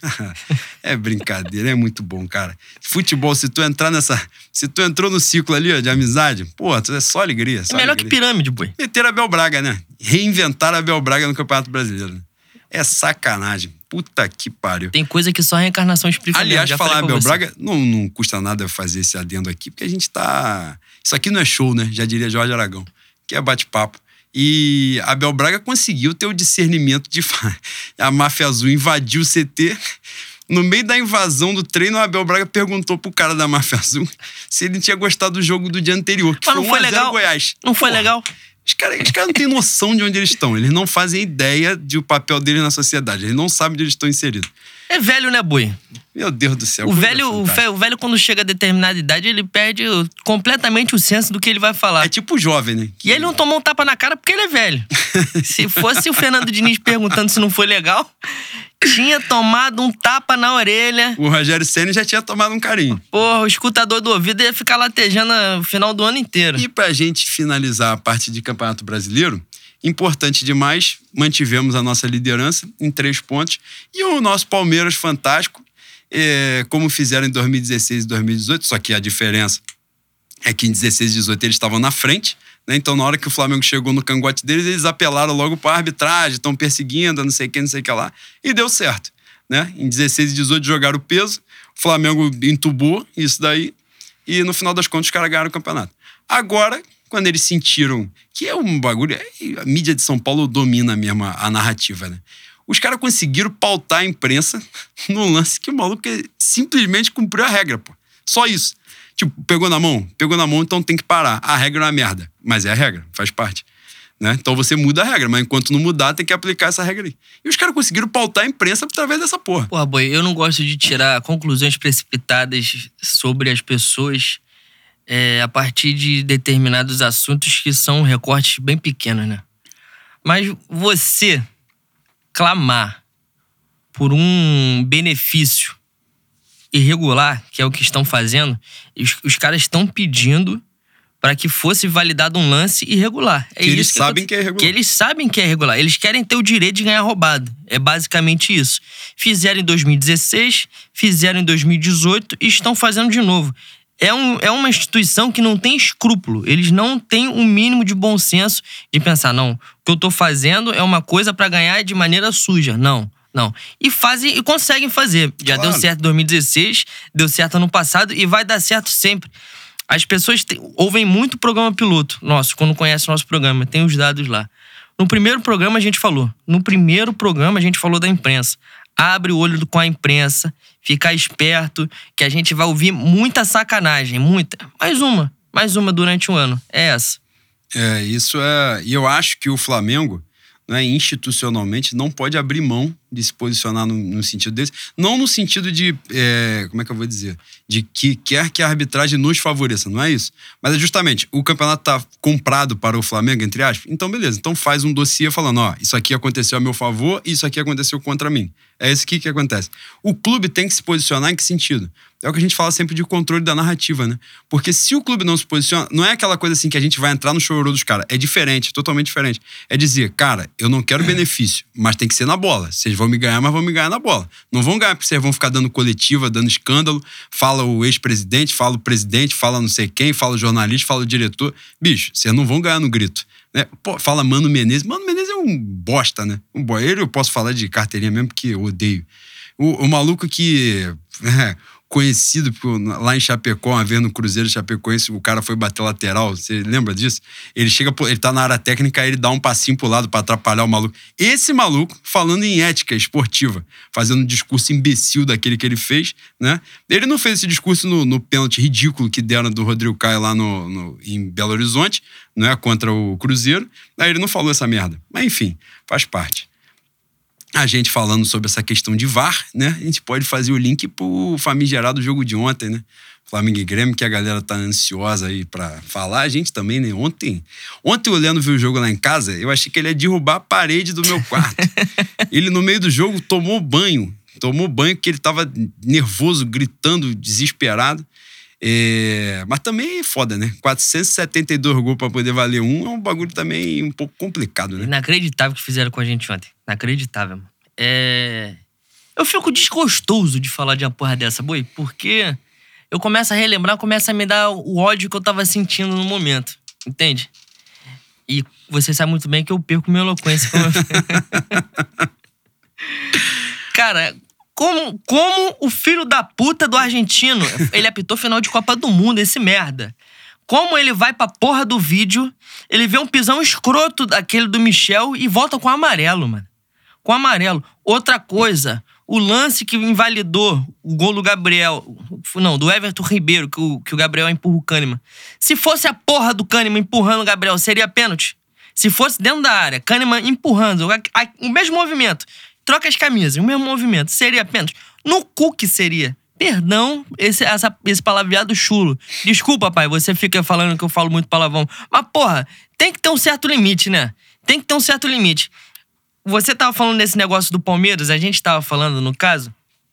É brincadeira, é muito bom, cara. Futebol, se tu entrou no ciclo ali, ó, de amizade, pô, é só alegria. É melhor que pirâmide, boi. Meter a Abel Braga, né? Reinventar a Abel Braga no Campeonato Brasileiro, né? É sacanagem. Puta que pariu. Tem coisa que só a reencarnação explica. Aliás, falar Abel Braga, não custa nada fazer esse adendo aqui, porque a gente tá... Isso aqui não é show, né? Já diria Jorge Aragão. Que é bate-papo. E Abel Braga conseguiu ter o discernimento de... A máfia azul invadiu o CT. No meio da invasão do treino, o Abel Braga perguntou pro cara da máfia azul se ele tinha gostado do jogo do dia anterior, que mas foi 1-0 Goiás. Não foi legal? Os caras não têm noção de onde eles estão. Eles não fazem ideia do papel deles na sociedade. Eles não sabem onde eles estão inseridos. É velho, né, boi? Meu Deus do céu. O velho, quando chega a determinada idade, ele perde completamente o senso do que ele vai falar. É tipo o jovem, né? E ele não tomou um tapa na cara porque ele é velho. Se fosse o Fernando Diniz perguntando se não foi legal, tinha tomado um tapa na orelha. O Rogério Ceni já tinha tomado um carinho. Porra, o escutador do ouvido ia ficar latejando o final do ano inteiro. E pra gente finalizar a parte de Campeonato Brasileiro, importante demais, mantivemos a nossa liderança em 3 pontos. E o nosso Palmeiras fantástico, como fizeram em 2016 e 2018, só que a diferença é que em 16 e 18 eles estavam na frente, né? Então na hora que o Flamengo chegou no cangote deles, eles apelaram logo para a arbitragem, estão perseguindo, não sei o que lá, e deu certo, né? Em 16 e 18 jogaram o peso, o Flamengo entubou isso daí, e no final das contas os caras ganharam o campeonato. Agora, quando eles sentiram que é um bagulho... A mídia de São Paulo domina mesmo a narrativa, né? Os caras conseguiram pautar a imprensa no lance que o maluco simplesmente cumpriu a regra, pô. Só isso. Tipo, pegou na mão, então tem que parar. A regra é uma merda. Mas é a regra, faz parte. Né? Então você muda a regra, mas enquanto não mudar, tem que aplicar essa regra aí. E os caras conseguiram pautar a imprensa através dessa porra. Porra, boi, eu não gosto de tirar conclusões precipitadas sobre as pessoas... a partir de determinados assuntos que são recortes bem pequenos, né? Mas você clamar por um benefício irregular, que é o que estão fazendo, os caras estão pedindo para que fosse validado um lance irregular. Que eles sabem que é irregular. Que eles sabem que é irregular. Eles querem ter o direito de ganhar roubado. É basicamente isso. Fizeram em 2016, fizeram em 2018 e estão fazendo de novo. é uma instituição que não tem escrúpulo. Eles não têm um mínimo de bom senso de pensar, não, o que eu tô fazendo é uma coisa pra ganhar de maneira suja. Não. E fazem e conseguem fazer. Já deu certo em 2016, deu certo ano passado e vai dar certo sempre. As pessoas ouvem muito programa piloto nosso, quando conhecem o nosso programa, tem os dados lá. No primeiro programa a gente falou da imprensa. Abre o olho com a imprensa, ficar esperto, que a gente vai ouvir muita sacanagem, muita. Mais uma durante um ano, é essa. Isso é... E eu acho que o Flamengo, né, institucionalmente, não pode abrir mão de se posicionar no sentido desse. Não no sentido de, como é que eu vou dizer? De que quer que a arbitragem nos favoreça, não é isso? Mas é justamente, o campeonato tá comprado para o Flamengo, entre aspas, então beleza. Então faz um dossiê falando, isso aqui aconteceu a meu favor e isso aqui aconteceu contra mim. É isso que acontece. O clube tem que se posicionar em que sentido? É o que a gente fala sempre de controle da narrativa, né? Porque se o clube não se posiciona, não é aquela coisa assim que a gente vai entrar no chororô dos caras. É diferente, totalmente diferente. É dizer, cara, eu não quero benefício, mas tem que ser na bola. Vocês vão me ganhar, mas vão me ganhar na bola. Não vão ganhar porque vocês vão ficar dando coletiva, dando escândalo. Fala o ex-presidente, fala o presidente, fala não sei quem, fala o jornalista, fala o diretor. Bicho, vocês não vão ganhar no grito. Né? Pô, fala Mano Menezes. Mano Menezes é um bosta, né? Ele eu posso falar de carteirinha mesmo porque eu odeio. O maluco que... conhecido lá em Chapecó, uma vez no Cruzeiro Chapecoense, o cara foi bater lateral, você lembra disso? Ele tá na área técnica, aí ele dá um passinho pro lado pra atrapalhar o maluco. Esse maluco, falando em ética esportiva, fazendo um discurso imbecil daquele que ele fez, né? Ele não fez esse discurso no pênalti ridículo que deram do Rodrigo Caio lá em Belo Horizonte, não é? Contra o Cruzeiro. Aí ele não falou essa merda. Mas enfim, faz parte. A gente falando sobre essa questão de VAR, né? A gente pode fazer o link pro famigerado jogo de ontem, né? Flamengo e Grêmio, que a galera tá ansiosa aí pra falar. A gente também, né? Ontem o Leandro viu o jogo lá em casa, eu achei que ele ia derrubar a parede do meu quarto. Ele, no meio do jogo, tomou banho porque ele tava nervoso, gritando, desesperado. Mas também é foda, né? 472 gols pra poder valer um é um bagulho também um pouco complicado, né? Inacreditável o que fizeram com a gente ontem. Inacreditável. Eu fico desgostoso de falar de uma porra dessa, boi, porque eu começo a relembrar, começa a me dar o ódio que eu tava sentindo no momento. Entende? E você sabe muito bem que eu perco minha eloquência. Cara... Como o filho da puta do argentino, ele apitou final de Copa do Mundo, esse merda. Como ele vai pra porra do vídeo, ele vê um pisão escroto daquele do Michel e volta com amarelo, mano. Com amarelo. Outra coisa, o lance que invalidou o gol do Gabriel, não, do Everton Ribeiro, que o Gabriel empurra o Kahneman. Se fosse a porra do Kahneman empurrando o Gabriel, seria pênalti? Se fosse dentro da área, Kahneman empurrando, o mesmo movimento, troca as camisas, o mesmo movimento, seria pênalti? No cu que seria. Perdão, esse palavreado chulo. Desculpa, pai, você fica falando que eu falo muito palavrão. Mas, porra, tem que ter um certo limite, né? Tem que ter um certo limite. Você tava falando desse negócio do Palmeiras, a gente tava falando, no caso.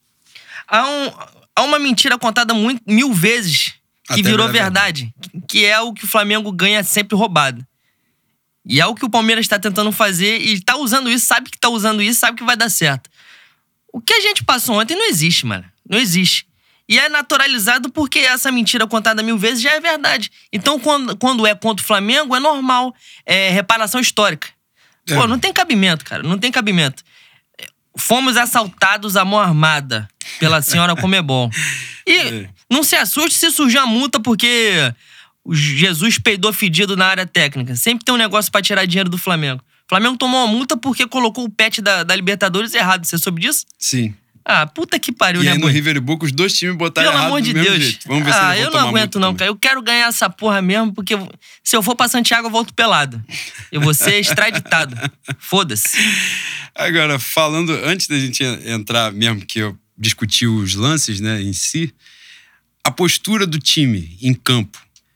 Há uma mentira contada mil vezes que até virou verdade. Que é o que o Flamengo ganha sempre roubado. E é o que o Palmeiras tá tentando fazer e tá usando isso, sabe que tá usando isso, sabe que vai dar certo. O que a gente passou ontem não existe, mano. Não existe. E é naturalizado porque essa mentira contada mil vezes já é verdade. Então, quando é contra o Flamengo, é normal. É reparação histórica. Pô, não tem cabimento, cara. Não tem cabimento. Fomos assaltados à mão armada pela senhora Comebol. E não se assuste se surgir a multa porque o Jesus peidou fedido na área técnica. Sempre tem um negócio pra tirar dinheiro do Flamengo. O Flamengo tomou uma multa porque colocou o pet da Libertadores errado. Você soube disso? Sim. Ah, puta que pariu, e né, aí no River Boca os dois times botaram errado do mesmo jeito. Pelo amor de Deus. Vamos ver se eles vão eu não aguento não, cara. Eu quero ganhar essa porra mesmo, porque se eu for pra Santiago eu volto pelado. Eu vou ser extraditado. Foda-se. Agora, falando, antes da gente entrar mesmo, que eu discuti os lances, né, em si, a postura do time em campo,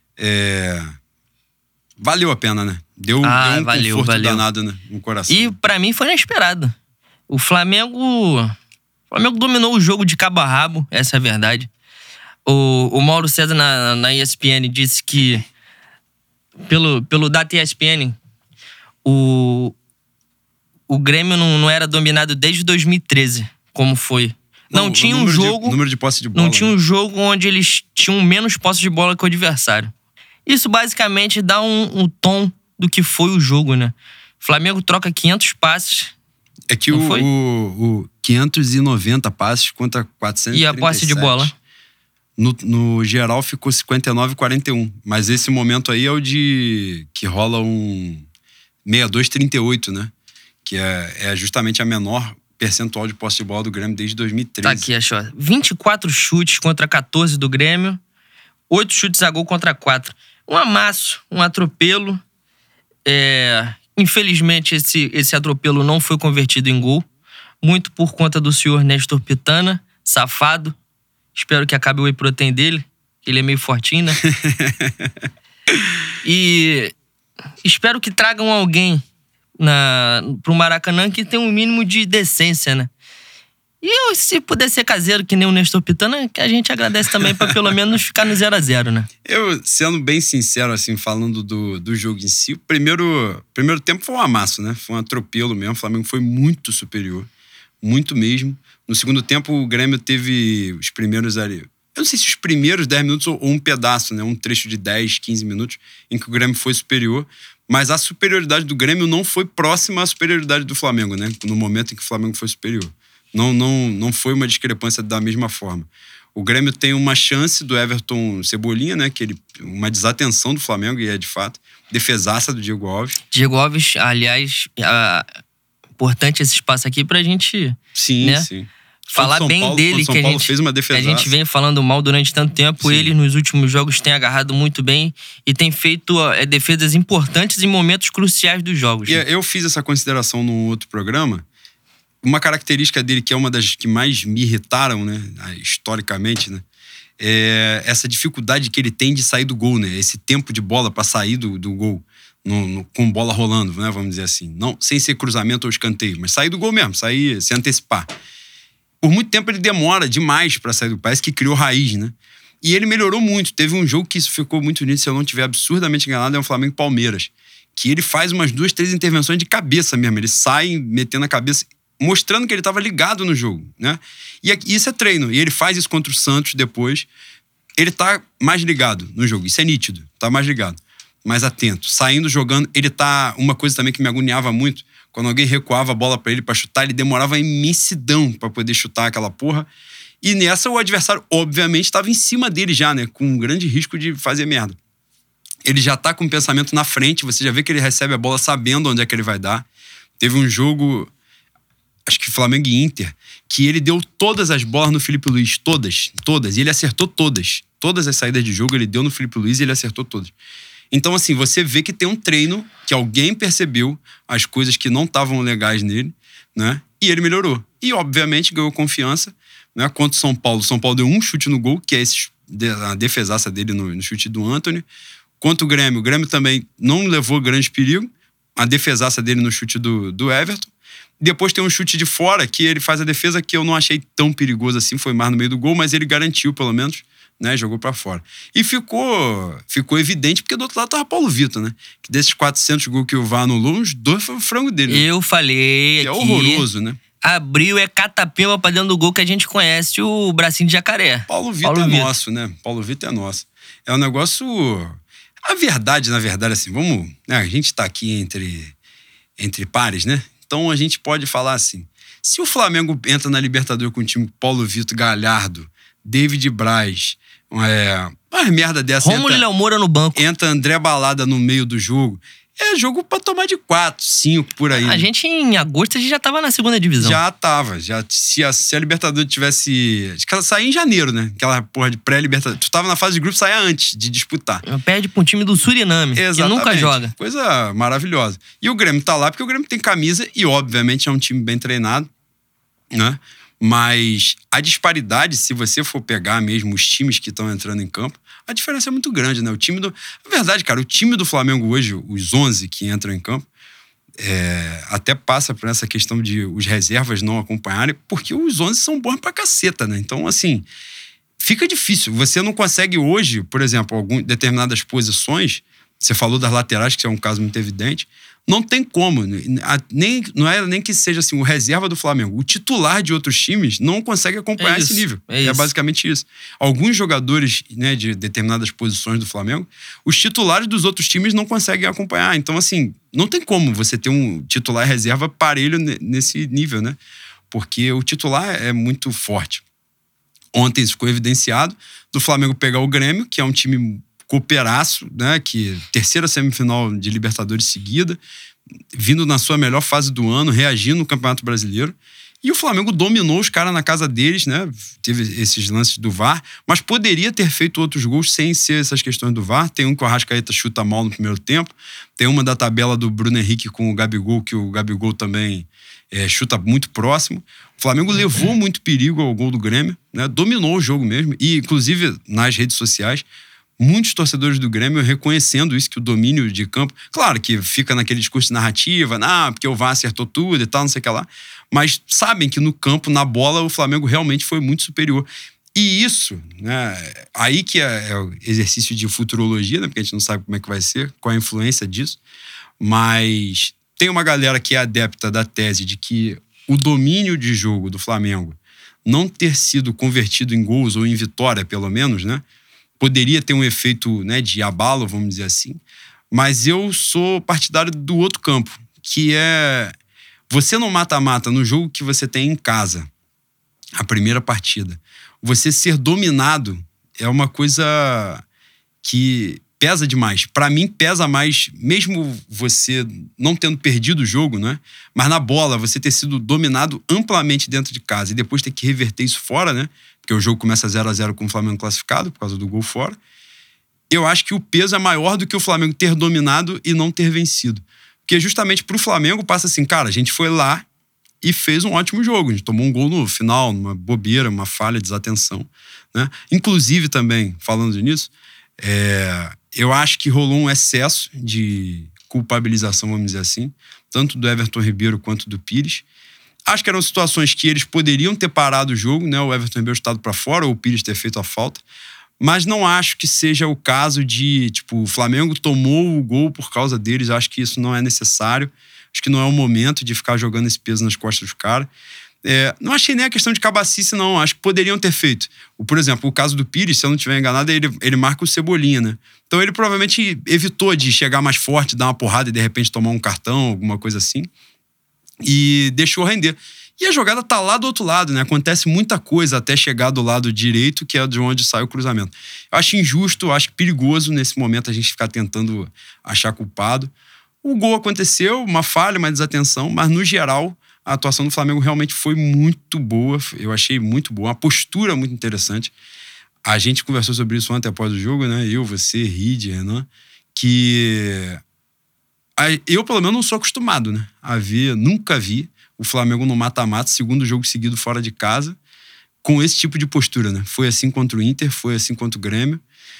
valeu a pena, né? Deu um conforto danado, né, no coração. E pra mim foi inesperado. O Flamengo dominou o jogo de cabo a rabo, essa é a verdade. O Mauro César na ESPN disse que, pelo data ESPN, o Grêmio não era dominado desde 2013, como foi Não tinha um jogo... número de posse de bola. Não tinha um jogo onde eles tinham menos posse de bola que o adversário. Isso basicamente dá um tom do que foi o jogo, né? O Flamengo troca 500 passes. É que o 590 passes contra 437. E a posse de bola? No geral ficou 59-41. Mas esse momento aí é o de... que rola um 62-38, né? Que é justamente a menor percentual de posse de bola do Grêmio desde 2013. Tá aqui, achou. 24 chutes contra 14 do Grêmio. 8 chutes a gol contra 4. Um amasso, um atropelo. Infelizmente, esse atropelo não foi convertido em gol. Muito por conta do senhor Néstor Pitana, safado. Espero que acabe o whey protein dele. Ele é meio fortinho, né? E espero que tragam alguém pro Maracanã que tenha um mínimo de decência, né? E se puder ser caseiro, que nem o Néstor Pitana, que a gente agradece também pra pelo menos ficar no 0-0, né? Eu, sendo bem sincero, assim, falando do jogo em si, o primeiro tempo foi um amasso, né? Foi um atropelo mesmo. O Flamengo foi muito superior. Muito mesmo. No segundo tempo, o Grêmio teve os primeiros ali... Eu não sei se os primeiros 10 minutos ou um pedaço, né? Um trecho de 10, 15 minutos em que o Grêmio foi superior. Mas a superioridade do Grêmio não foi próxima à superioridade do Flamengo, né? No momento em que o Flamengo foi superior. Não foi uma discrepância da mesma forma. O Grêmio tem uma chance do Everton Cebolinha, né? Uma desatenção do Flamengo, e é de fato. Defesaça do Diego Alves. Diego Alves, aliás, importante esse espaço aqui pra gente... Sim, né? sim. Falar bem dele, que a gente vem falando mal durante tanto tempo. Sim. Ele, nos últimos jogos, tem agarrado muito bem e tem feito defesas importantes em momentos cruciais dos jogos. Eu fiz essa consideração num outro programa. Uma característica dele, que é uma das que mais me irritaram, né, historicamente, né, é essa dificuldade que ele tem de sair do gol, né? Esse tempo de bola para sair do gol, com bola rolando, né, vamos dizer assim. Não, sem ser cruzamento ou escanteio, mas sair do gol mesmo, sair, se antecipar. Por muito tempo ele demora demais para sair do... Parece que criou raiz, né? E ele melhorou muito. Teve um jogo que isso ficou muito nítido, se eu não estiver absurdamente enganado, é o Flamengo e Palmeiras. Que ele faz umas 2, 3 intervenções de cabeça mesmo. Ele sai metendo a cabeça, mostrando que ele estava ligado no jogo, né? E isso é treino. E ele faz isso contra o Santos depois. Ele tá mais ligado no jogo. Isso é nítido. Tá mais ligado. Mais atento. Saindo, jogando. Ele tá... Uma coisa também que me agoniava muito... Quando alguém recuava a bola pra ele pra chutar, ele demorava imensidão pra poder chutar aquela porra. E nessa, o adversário, obviamente, estava em cima dele já, né? Com um grande risco de fazer merda. Ele já tá com o pensamento na frente, você já vê que ele recebe a bola sabendo onde é que ele vai dar. Teve um jogo, acho que Flamengo e Inter, que ele deu todas as bolas no Felipe Luiz. Todas. E ele acertou todas. Todas as saídas de jogo ele deu no Felipe Luiz e ele acertou todas. Então, assim, você vê que tem um treino, que alguém percebeu as coisas que não estavam legais nele, né? E ele melhorou. E, obviamente, ganhou confiança, né? Contra o São Paulo. O São Paulo deu um chute no gol, que é a defesaça dele no chute do Antony. Contra o Grêmio também não levou grande perigo. A defesaça dele no chute do Everton. Depois tem um chute de fora, que ele faz a defesa, que eu não achei tão perigoso assim, foi mais no meio do gol, mas ele garantiu, pelo menos, né, jogou pra fora. E ficou evidente, porque do outro lado tava Paulo Vitor, né? Que desses 400 gols que o VAR anulou, uns 2 foi o frango dele. Né? Eu falei que aqui... É horroroso, né? Abriu, catapema pra dentro do gol que a gente conhece, o bracinho de jacaré. Paulo Vitor é nosso, né? Paulo Vitor é nosso. É um negócio... A verdade, na verdade, assim, vamos... Né, a gente tá aqui entre pares, né? Então a gente pode falar assim, se o Flamengo entra na Libertadores com o time Paulo Vitor, Galhardo, David Braz, uma merda dessa... Rômulo e Léo Moura no banco. Entra André Balada no meio do jogo. É jogo pra tomar de 4, 5, por aí. A gente, em agosto, a gente já tava na segunda divisão. Já tava. Se a Libertadores tivesse... Acho que ela saía em janeiro, né? Aquela porra de pré-Libertadores. Tu tava na fase de grupo, saía antes de disputar. Perde pra um time do Suriname, exatamente, que nunca joga. Coisa maravilhosa. E o Grêmio tá lá porque o Grêmio tem camisa e, obviamente, é um time bem treinado, né? Mas a disparidade, se você for pegar mesmo os times que estão entrando em campo, a diferença é muito grande, né? Na verdade, cara, o time do Flamengo hoje, os 11 que entram em campo, até passa por essa questão de os reservas não acompanharem, porque os 11 são bons pra caceta, né? Então, assim, fica difícil. Você não consegue hoje, por exemplo, determinadas posições, você falou das laterais, que é um caso muito evidente, Não tem como. Não é nem que seja assim, o reserva do Flamengo. O titular de outros times não consegue acompanhar esse nível. É basicamente isso. Alguns jogadores, né, de determinadas posições do Flamengo, os titulares dos outros times não conseguem acompanhar. Então, assim, não tem como você ter um titular reserva parelho nesse nível, né? Porque o titular é muito forte. Ontem isso ficou evidenciado do Flamengo pegar o Grêmio, que é um time cooperaço, né? Que terceira semifinal de Libertadores seguida, vindo na sua melhor fase do ano, reagindo no Campeonato Brasileiro. E o Flamengo dominou os caras na casa deles, né? Teve esses lances do VAR, mas poderia ter feito outros gols sem ser essas questões do VAR. Tem um que o Arrascaeta chuta mal no primeiro tempo. Tem uma da tabela do Bruno Henrique com o Gabigol, que o Gabigol também chuta muito próximo. O Flamengo levou muito perigo ao gol do Grêmio, né? Dominou o jogo mesmo. E, inclusive, nas redes sociais, muitos torcedores do Grêmio reconhecendo isso, que o domínio de campo... Claro que fica naquele discurso de narrativa, porque o VAR acertou tudo e tal, não sei o que lá. Mas sabem que no campo, na bola, o Flamengo realmente foi muito superior. E isso, né, aí que é o exercício de futurologia, né, porque a gente não sabe como é que vai ser, qual a influência disso. Mas tem uma galera que é adepta da tese de que o domínio de jogo do Flamengo não ter sido convertido em gols, ou em vitória, pelo menos, né? Poderia ter um efeito, né, de abalo, vamos dizer assim. Mas eu sou partidário do outro campo, que é você no mata-mata, no jogo que você tem em casa, a primeira partida, você ser dominado é uma coisa que pesa demais. Para mim, pesa mais, mesmo você não tendo perdido o jogo, né? Mas na bola, você ter sido dominado amplamente dentro de casa e depois ter que reverter isso fora, né? Porque o jogo começa 0-0 com o Flamengo classificado por causa do gol fora. Eu acho que o peso é maior do que o Flamengo ter dominado e não ter vencido. Porque justamente pro Flamengo passa assim, cara, a gente foi lá e fez um ótimo jogo. A gente tomou um gol no final, numa bobeira, uma falha, desatenção, né? Inclusive também, falando nisso, eu acho que rolou um excesso de culpabilização, vamos dizer assim, tanto do Everton Ribeiro quanto do Pires. Acho que eram situações que eles poderiam ter parado o jogo, né? O Everton Ribeiro chutado para fora ou o Pires ter feito a falta. Mas não acho que seja o caso de, tipo, o Flamengo tomou o gol por causa deles. Acho que isso não é necessário. Acho que não é o momento de ficar jogando esse peso nas costas dos caras. Não achei nem a questão de cabacice, não. Acho que poderiam ter feito. Por exemplo, o caso do Pires, se eu não estiver enganado, ele marca o Cebolinha, né? Então ele provavelmente evitou de chegar mais forte, dar uma porrada e de repente tomar um cartão, alguma coisa assim. E deixou render. E a jogada tá lá do outro lado, né? Acontece muita coisa até chegar do lado direito, que é de onde sai o cruzamento. Eu acho injusto, acho perigoso nesse momento a gente ficar tentando achar culpado. O gol aconteceu, uma falha, uma desatenção, mas no geral a atuação do Flamengo realmente foi muito boa. Eu achei muito boa, uma postura muito interessante. A gente conversou sobre isso ontem após o jogo, né? Eu, você, Ride, Renan, que eu, pelo menos, não sou acostumado, né? A ver, nunca vi o Flamengo no mata-mata, segundo jogo seguido fora de casa, com esse tipo de postura, né? Foi assim contra o Inter, foi assim contra o Grêmio.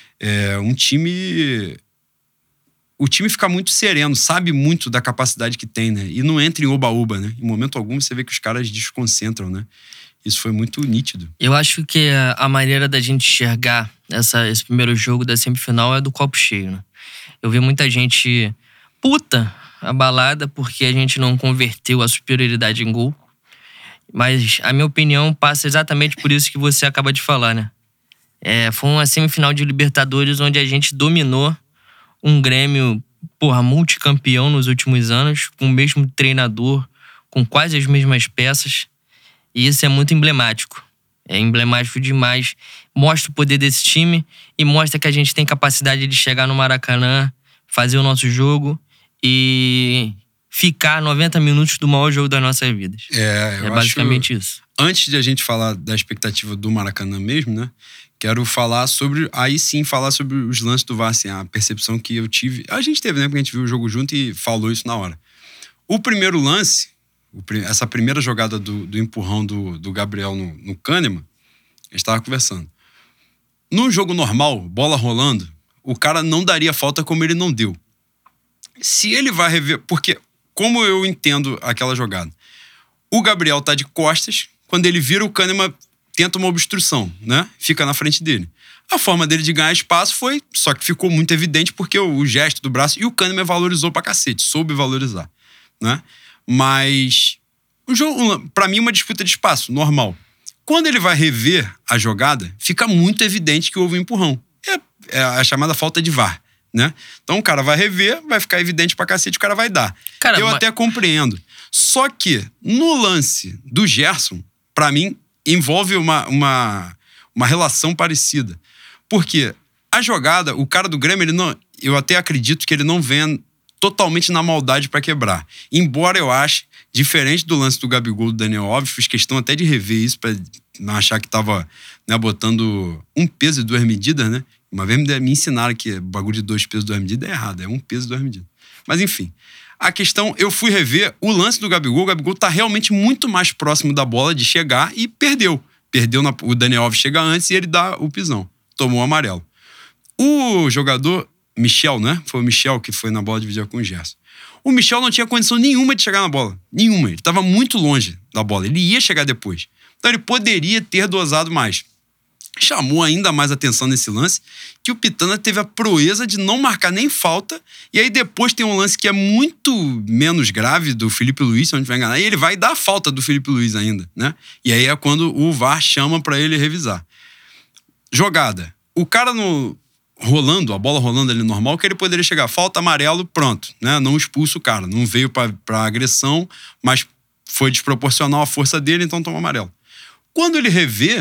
O time fica muito sereno, sabe muito da capacidade que tem, né? E não entra em oba-oba, né? Em momento algum você vê que os caras desconcentram, né? Isso foi muito nítido. Eu acho que a maneira da gente enxergar esse primeiro jogo da semifinal é do copo cheio, né? Eu vi muita gente puta, abalada, porque a gente não converteu a superioridade em gol. Mas a minha opinião passa exatamente por isso que você acaba de falar, né? Foi uma semifinal de Libertadores onde a gente dominou um Grêmio, multicampeão nos últimos anos, com o mesmo treinador, com quase as mesmas peças. E isso é muito emblemático. É emblemático demais. Mostra o poder desse time e mostra que a gente tem capacidade de chegar no Maracanã, fazer o nosso jogo e ficar 90 minutos do maior jogo das nossas vidas. Eu basicamente isso. Antes de a gente falar da expectativa do Maracanã mesmo, né? Quero falar sobre os lances do VAR, assim, a percepção que eu tive. A gente teve, né? Porque a gente viu o jogo junto e falou isso na hora. O primeiro lance, essa primeira jogada do empurrão do Gabriel no Kahneman, a gente estava conversando. Num jogo normal, bola rolando, o cara não daria falta como ele não deu. Se ele vai rever... Porque, como eu entendo aquela jogada, o Gabriel tá de costas, quando ele vira, o Kahneman tenta uma obstrução, né? Fica na frente dele. A forma dele de ganhar espaço foi... Só que ficou muito evidente porque o gesto do braço... E o Kahneman valorizou pra cacete. Soube valorizar, né? Mas... O jogo, pra mim, uma disputa de espaço, normal. Quando ele vai rever a jogada, fica muito evidente que houve um empurrão. É a chamada falta de VAR, né? Então o cara vai rever, vai ficar evidente pra cacete, o cara vai dar. Cara, eu até compreendo. Só que, no lance do Gerson, pra mim, envolve uma relação parecida. Porque a jogada, o cara do Grêmio, ele não, eu até acredito que ele não venha totalmente na maldade pra quebrar. Embora eu ache, diferente do lance do Gabigol, do Daniel Alves, fiz questão até de rever isso pra não achar que tava, né, botando um peso e 2 medidas, né? Uma vez me ensinaram que bagulho de 2 pesos e 2 medidas é errado, é 1 peso e 2 medidas. Mas enfim, a questão, eu fui rever o lance do Gabigol, o Gabigol tá realmente muito mais próximo da bola de chegar e perdeu. O Daniel Alves chega antes e ele dá o pisão. Tomou o amarelo. O jogador, Michel, né? Foi o Michel que foi na bola dividida com o Gerson. O Michel não tinha condição nenhuma de chegar na bola. Nenhuma. Ele estava muito longe da bola. Ele ia chegar depois. Então ele poderia ter dosado mais. Chamou ainda mais atenção nesse lance que o Pitana teve a proeza de não marcar nem falta. E aí depois tem um lance que é muito menos grave do Felipe Luiz, se eu não estiver enganado. E ele vai dar a falta do Felipe Luiz ainda, né? E aí é quando o VAR chama para ele revisar. Jogada. O cara rolando, a bola rolando ali normal, que ele poderia chegar, falta, amarelo, pronto, né? Não expulsa o cara, não veio pra agressão, mas foi desproporcional a força dele, então toma amarelo. Quando ele revê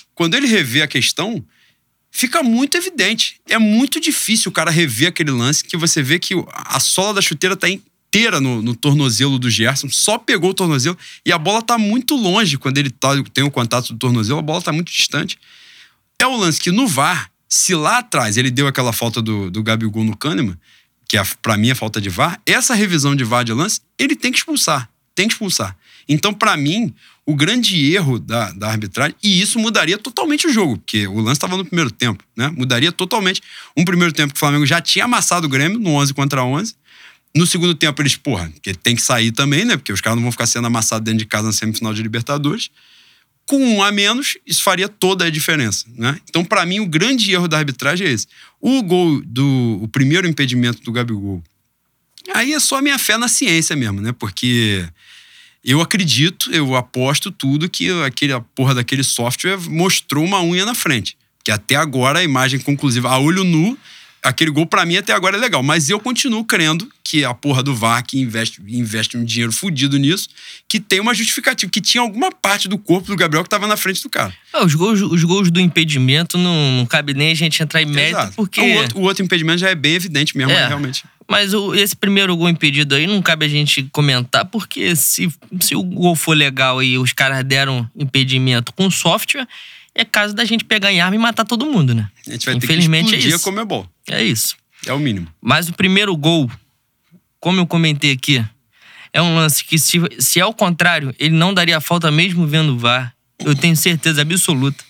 a questão, fica muito evidente. É muito difícil o cara rever aquele lance, que você vê que a sola da chuteira tá inteira no tornozelo do Gerson, só pegou o tornozelo, e a bola tá muito longe quando ele tem o contato do tornozelo, a bola tá muito distante. É o lance que no VAR, se lá atrás ele deu aquela falta do Gabigol no Kahneman, que pra mim é falta de VAR, essa revisão de VAR de lance, ele tem que expulsar. Então, pra mim, o grande erro da arbitragem, e isso mudaria totalmente o jogo, porque o lance estava no primeiro tempo, né? Mudaria totalmente. Um primeiro tempo que o Flamengo já tinha amassado o Grêmio no 11 contra 11. No segundo tempo, eles, porque tem que sair também, né? Porque os caras não vão ficar sendo amassados dentro de casa na semifinal de Libertadores. Com 1 a menos, isso faria toda a diferença, né? Então, pra mim, o grande erro da arbitragem é esse. O primeiro impedimento do Gabigol, aí é só minha fé na ciência mesmo, né? Porque eu acredito, eu aposto tudo que a porra daquele software mostrou uma unha na frente. Que até agora a imagem conclusiva, a olho nu, aquele gol pra mim até agora é legal. Mas eu continuo crendo que a porra do VAR que investe um dinheiro fudido nisso, que tem uma justificativa, que tinha alguma parte do corpo do Gabriel que tava na frente do cara. Os gols do impedimento não cabe nem a gente entrar em mérito. Exato. Porque... O outro impedimento já é bem evidente mesmo, realmente. Mas esse primeiro gol impedido aí não cabe a gente comentar, porque se o gol for legal e os caras deram impedimento com software, é caso da gente pegar em arma e matar todo mundo, né? A gente vai ter que explodir a Conmebol. É isso. É o mínimo. Mas o primeiro gol, como eu comentei aqui, é um lance que se é o contrário, ele não daria falta mesmo vendo o VAR. Eu tenho certeza absoluta.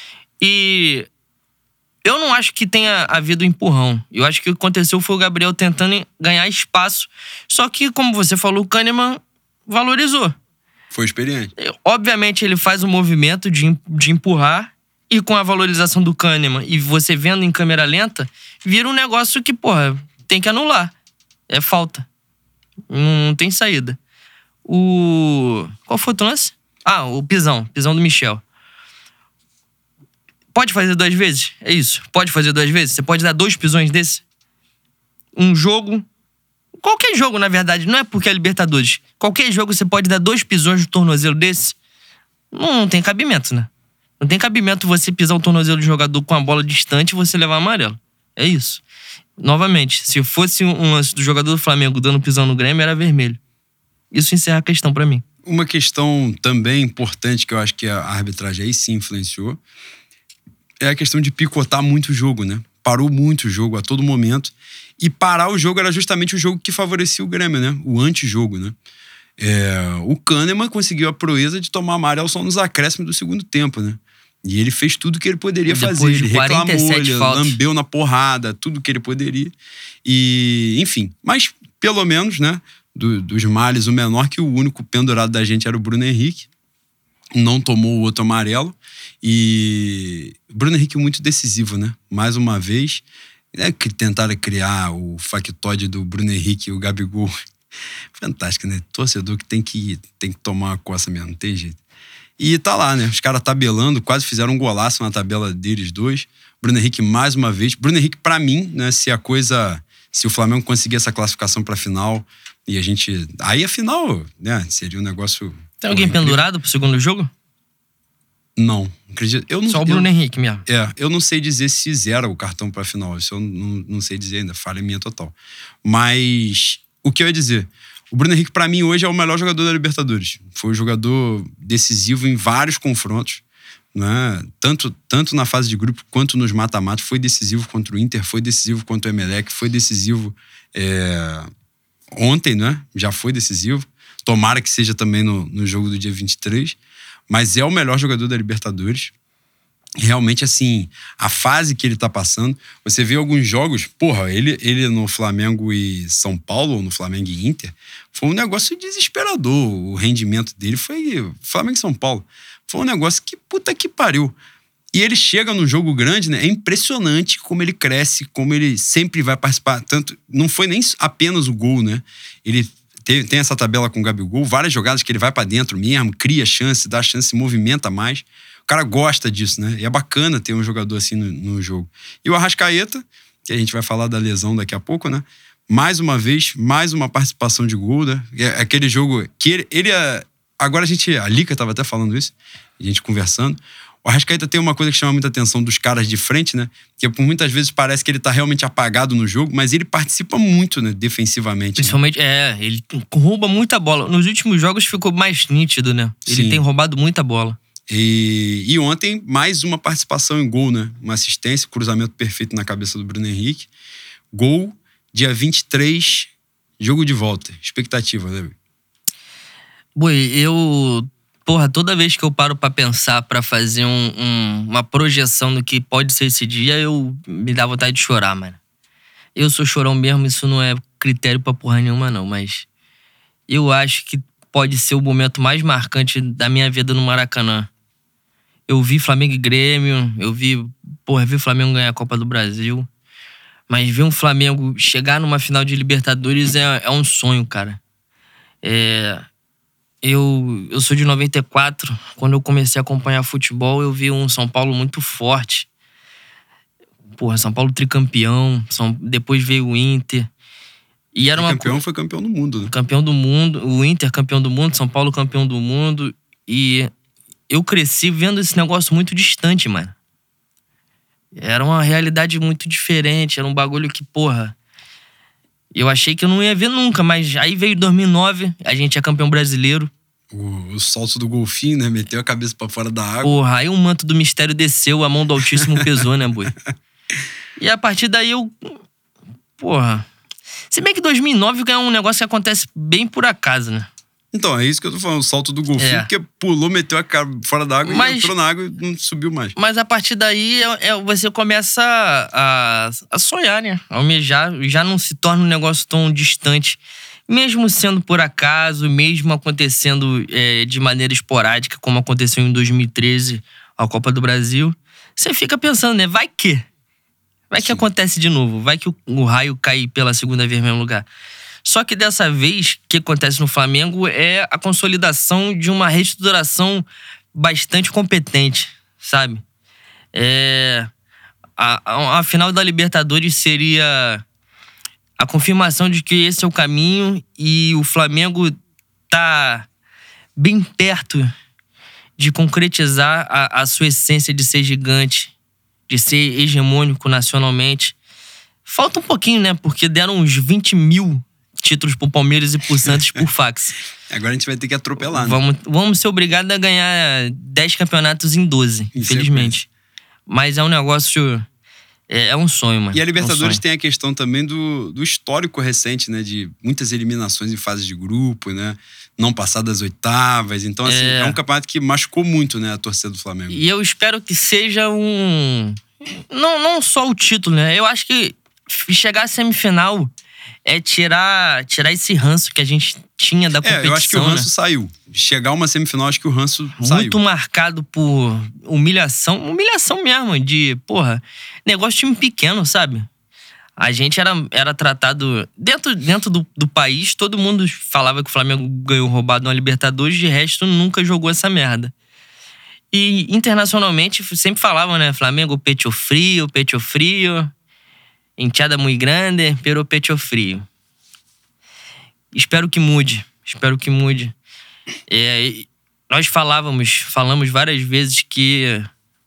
E eu não acho que tenha havido empurrão. Eu acho que o que aconteceu foi o Gabriel tentando ganhar espaço. Só que, como você falou, o Kahneman valorizou. Foi experiente. Obviamente, ele faz o movimento de empurrar, e com a valorização do Kahneman e você vendo em câmera lenta, vira um negócio que, tem que anular. É falta. Não tem saída. Qual foi o lance? O pisão do Michel. Pode fazer 2 vezes? É isso. Pode fazer 2 vezes? Você pode dar 2 pisões desse? Um jogo... Qualquer jogo, na verdade. Não é porque é Libertadores. Qualquer jogo você pode dar 2 pisões no tornozelo desse. Não tem cabimento, né? Não tem cabimento você pisar o tornozelo do jogador com a bola distante e você levar amarelo. É isso. Novamente, se fosse um lance do jogador do Flamengo dando pisão no Grêmio, era vermelho. Isso encerra a questão pra mim. Uma questão também importante que eu acho que a arbitragem aí sim influenciou é a questão de picotar muito o jogo, né? Parou muito o jogo a todo momento. E parar o jogo era justamente o jogo que favorecia o Grêmio, né? O antijogo, né? O Kahneman conseguiu a proeza de tomar amarelo só nos acréscimos do segundo tempo, né? E ele fez tudo que ele poderia fazer. Ele reclamou, ele lambeu na porrada, tudo que ele poderia. E, enfim. Mas, pelo menos, né? Dos males, o menor, que o único pendurado da gente era o Bruno Henrique. não tomou o outro amarelo. E Bruno Henrique muito decisivo, né? Mais uma vez, que tentaram criar o factoide do Bruno Henrique e o Gabigol. Fantástico, né? Torcedor que tem que tomar uma coça mesmo, não tem jeito. E tá lá, né? Os caras tabelando, quase fizeram um golaço na tabela deles dois. Bruno Henrique mais uma vez. Bruno Henrique, pra mim, né? Se o Flamengo conseguir essa classificação pra final e a gente... Aí a final, né? Seria um negócio... Tem alguém pendurado pro segundo jogo? Não, acredito. Só o Bruno Henrique mesmo. Eu não sei dizer se zera o cartão pra final. Isso eu não sei dizer ainda. Falha minha total. Mas o que eu ia dizer... O Bruno Henrique, pra mim, hoje é o melhor jogador da Libertadores. Foi um jogador decisivo em vários confrontos, né? Tanto na fase de grupo quanto nos mata-mata. Foi decisivo contra o Inter, foi decisivo contra o Emelec, foi decisivo ontem, né? Já foi decisivo. Tomara que seja também no jogo do dia 23. Mas é o melhor jogador da Libertadores. Realmente, assim, a fase que ele tá passando, você vê alguns jogos, porra, ele no Flamengo e São Paulo, ou no Flamengo e Inter, foi um negócio desesperador. O rendimento dele foi Flamengo e São Paulo. Foi um negócio que, puta que pariu. E ele chega no jogo grande, né? É impressionante como ele cresce, como ele sempre vai participar. Tanto, não foi nem apenas o gol, né? Ele tem essa tabela com o Gabigol, várias jogadas que ele vai pra dentro mesmo, cria chance, dá chance, se movimenta mais. O cara gosta disso, né? E é bacana ter um jogador assim no jogo. E o Arrascaeta, que a gente vai falar da lesão daqui a pouco, né? Mais uma vez, mais uma participação de gol, né? É aquele jogo que ele agora a Lica tava até falando isso, a gente conversando. O Arrascaeta tem uma coisa que chama muita atenção dos caras de frente, né? Que por muitas vezes parece que ele tá realmente apagado no jogo, mas ele participa muito, né? Defensivamente. Principalmente, né? Ele rouba muita bola. Nos últimos jogos ficou mais nítido, né? Ele Sim. tem roubado muita bola. E ontem, mais uma participação em gol, né? Uma assistência, cruzamento perfeito na cabeça do Bruno Henrique. Gol, dia 23, jogo de volta. Expectativa, né? Boi, toda vez que eu paro pra pensar, pra fazer uma projeção do que pode ser esse dia, me dá vontade de chorar, mano. Eu sou chorão mesmo, isso não é critério pra porra nenhuma, não. Mas eu acho que pode ser o momento mais marcante da minha vida no Maracanã. Eu vi Flamengo e Grêmio, eu vi o Flamengo ganhar a Copa do Brasil. Mas ver um Flamengo chegar numa final de Libertadores é um sonho, cara. Eu sou de 94. Quando eu comecei a acompanhar futebol, eu vi um São Paulo muito forte. São Paulo tricampeão. Depois veio o Inter. E era Foi campeão do mundo, né? Campeão do mundo. O Inter campeão do mundo. São Paulo campeão do mundo. E eu cresci vendo esse negócio muito distante, mano. Era uma realidade muito diferente. Era um bagulho que, eu achei que eu não ia ver nunca, mas aí veio 2009, a gente é campeão brasileiro. O salto do golfinho, né? Meteu a cabeça pra fora da água. Aí o manto do mistério desceu, a mão do Altíssimo pesou, né, boi? E a partir daí se bem que 2009 é um negócio que acontece bem por acaso, né? Então, é isso que eu tô falando, o salto do golfinho, porque pulou, meteu a cara fora da água e entrou na água e não subiu mais. Mas a partir daí, você começa a sonhar, né? A almejar, já não se torna um negócio tão distante. Mesmo sendo por acaso, mesmo acontecendo de maneira esporádica, como aconteceu em 2013, a Copa do Brasil, você fica pensando, né? Vai que acontece de novo, vai que o raio cai pela segunda vez no mesmo lugar. Só que dessa vez, o que acontece no Flamengo é a consolidação de uma reestruturação bastante competente, sabe? A final da Libertadores seria a confirmação de que esse é o caminho e o Flamengo tá bem perto de concretizar a sua essência de ser gigante, de ser hegemônico nacionalmente. Falta um pouquinho, né? Porque deram uns 20 mil títulos pro Palmeiras e pro Santos por fax. Agora a gente vai ter que atropelar, né? Vamos ser obrigados a ganhar 10 campeonatos em 12, infelizmente. Mas é um negócio... É um sonho, mano. E a Libertadores tem a questão também do histórico recente, né? De muitas eliminações em fase de grupo, né? Não passar das oitavas. Então, assim, é um campeonato que machucou muito, né? A torcida do Flamengo. E eu espero que seja Não só o título, né? Eu acho que chegar à semifinal é tirar esse ranço que a gente tinha da competição. Eu acho que o ranço né? saiu. Chegar a uma semifinal, acho que o ranço saiu. Muito marcado por humilhação mesmo, de, porra, negócio de time pequeno, sabe? A gente era tratado... Dentro do país, todo mundo falava que o Flamengo ganhou roubado uma Libertadores, de resto nunca jogou essa merda. E internacionalmente sempre falavam, né? Flamengo pecho frio, enteada muito grande, pero pecho frio. Espero que mude. Nós falamos várias vezes que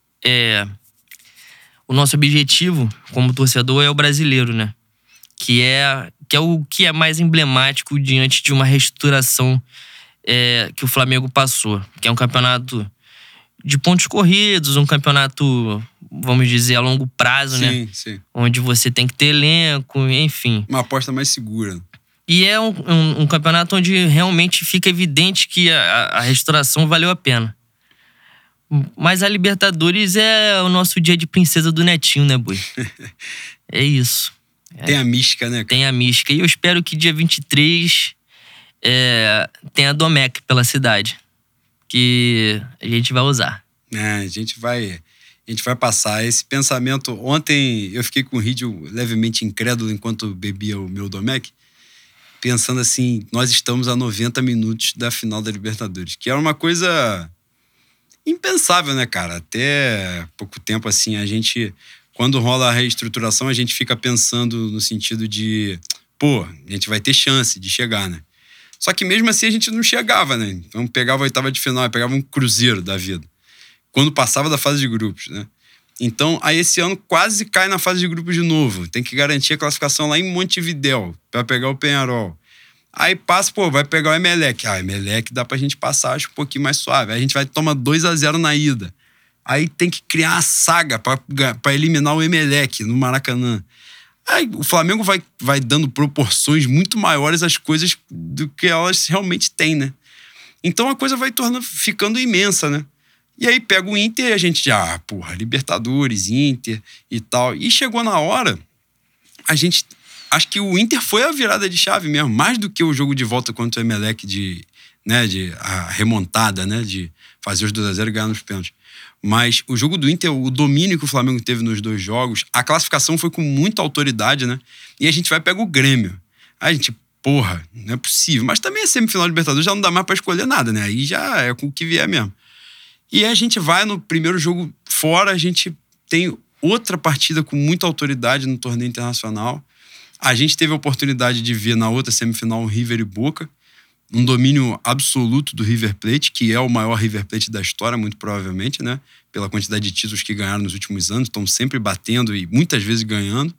o nosso objetivo como torcedor é o brasileiro, né? Que é o que é mais emblemático diante de uma reestruturação que o Flamengo passou. Que é um campeonato de pontos corridos, um campeonato, vamos dizer, a longo prazo, né? Sim. Onde você tem que ter elenco, enfim. Uma aposta mais segura. E é um campeonato onde realmente fica evidente que a restauração valeu a pena. Mas a Libertadores é o nosso dia de princesa do Netinho, né, Boi? É isso. Tem a mística, né? Tem a mística. E eu espero que dia 23 tenha Domecq pela cidade. Que a gente vai usar. A gente vai passar esse pensamento. Ontem eu fiquei com o Rídio levemente incrédulo enquanto bebia o meu Domecq, pensando assim, nós estamos a 90 minutos da final da Libertadores, que era uma coisa impensável, né, cara? Até pouco tempo, assim, a gente, quando rola a reestruturação, a gente fica pensando no sentido de, pô, a gente vai ter chance de chegar, né? Só que mesmo assim a gente não chegava, né? Então pegava a oitava de final, pegava um Cruzeiro da vida. Quando passava da fase de grupos, né? Então, aí esse ano quase cai na fase de grupos de novo. Tem que garantir a classificação lá em Montevidéu para pegar o Peñarol. Aí passa, vai pegar o Emelec. Emelec dá pra gente passar, acho um pouquinho mais suave. Aí a gente vai tomar 2-0 na ida. Aí tem que criar a saga pra eliminar o Emelec no Maracanã. Aí o Flamengo vai dando proporções muito maiores às coisas do que elas realmente têm, né? Então a coisa vai ficando imensa, né? E aí pega o Inter e a gente já, Libertadores, Inter e tal. E chegou na hora, acho que o Inter foi a virada de chave mesmo, mais do que o jogo de volta contra o Emelec de a remontada, né? De fazer os 2-0 e ganhar nos pênaltis. Mas o jogo do Inter, o domínio que o Flamengo teve nos dois jogos, a classificação foi com muita autoridade, né? E a gente vai pegar o Grêmio. Aí a gente, não é possível. Mas também a semifinal da Libertadores já não dá mais pra escolher nada, né? Aí já é com o que vier mesmo. E aí a gente vai no primeiro jogo fora, a gente tem outra partida com muita autoridade no torneio internacional. A gente teve a oportunidade de ver na outra semifinal o River e Boca. Um domínio absoluto do River Plate, que é o maior River Plate da história, muito provavelmente, né? Pela quantidade de títulos que ganharam nos últimos anos, estão sempre batendo e muitas vezes ganhando.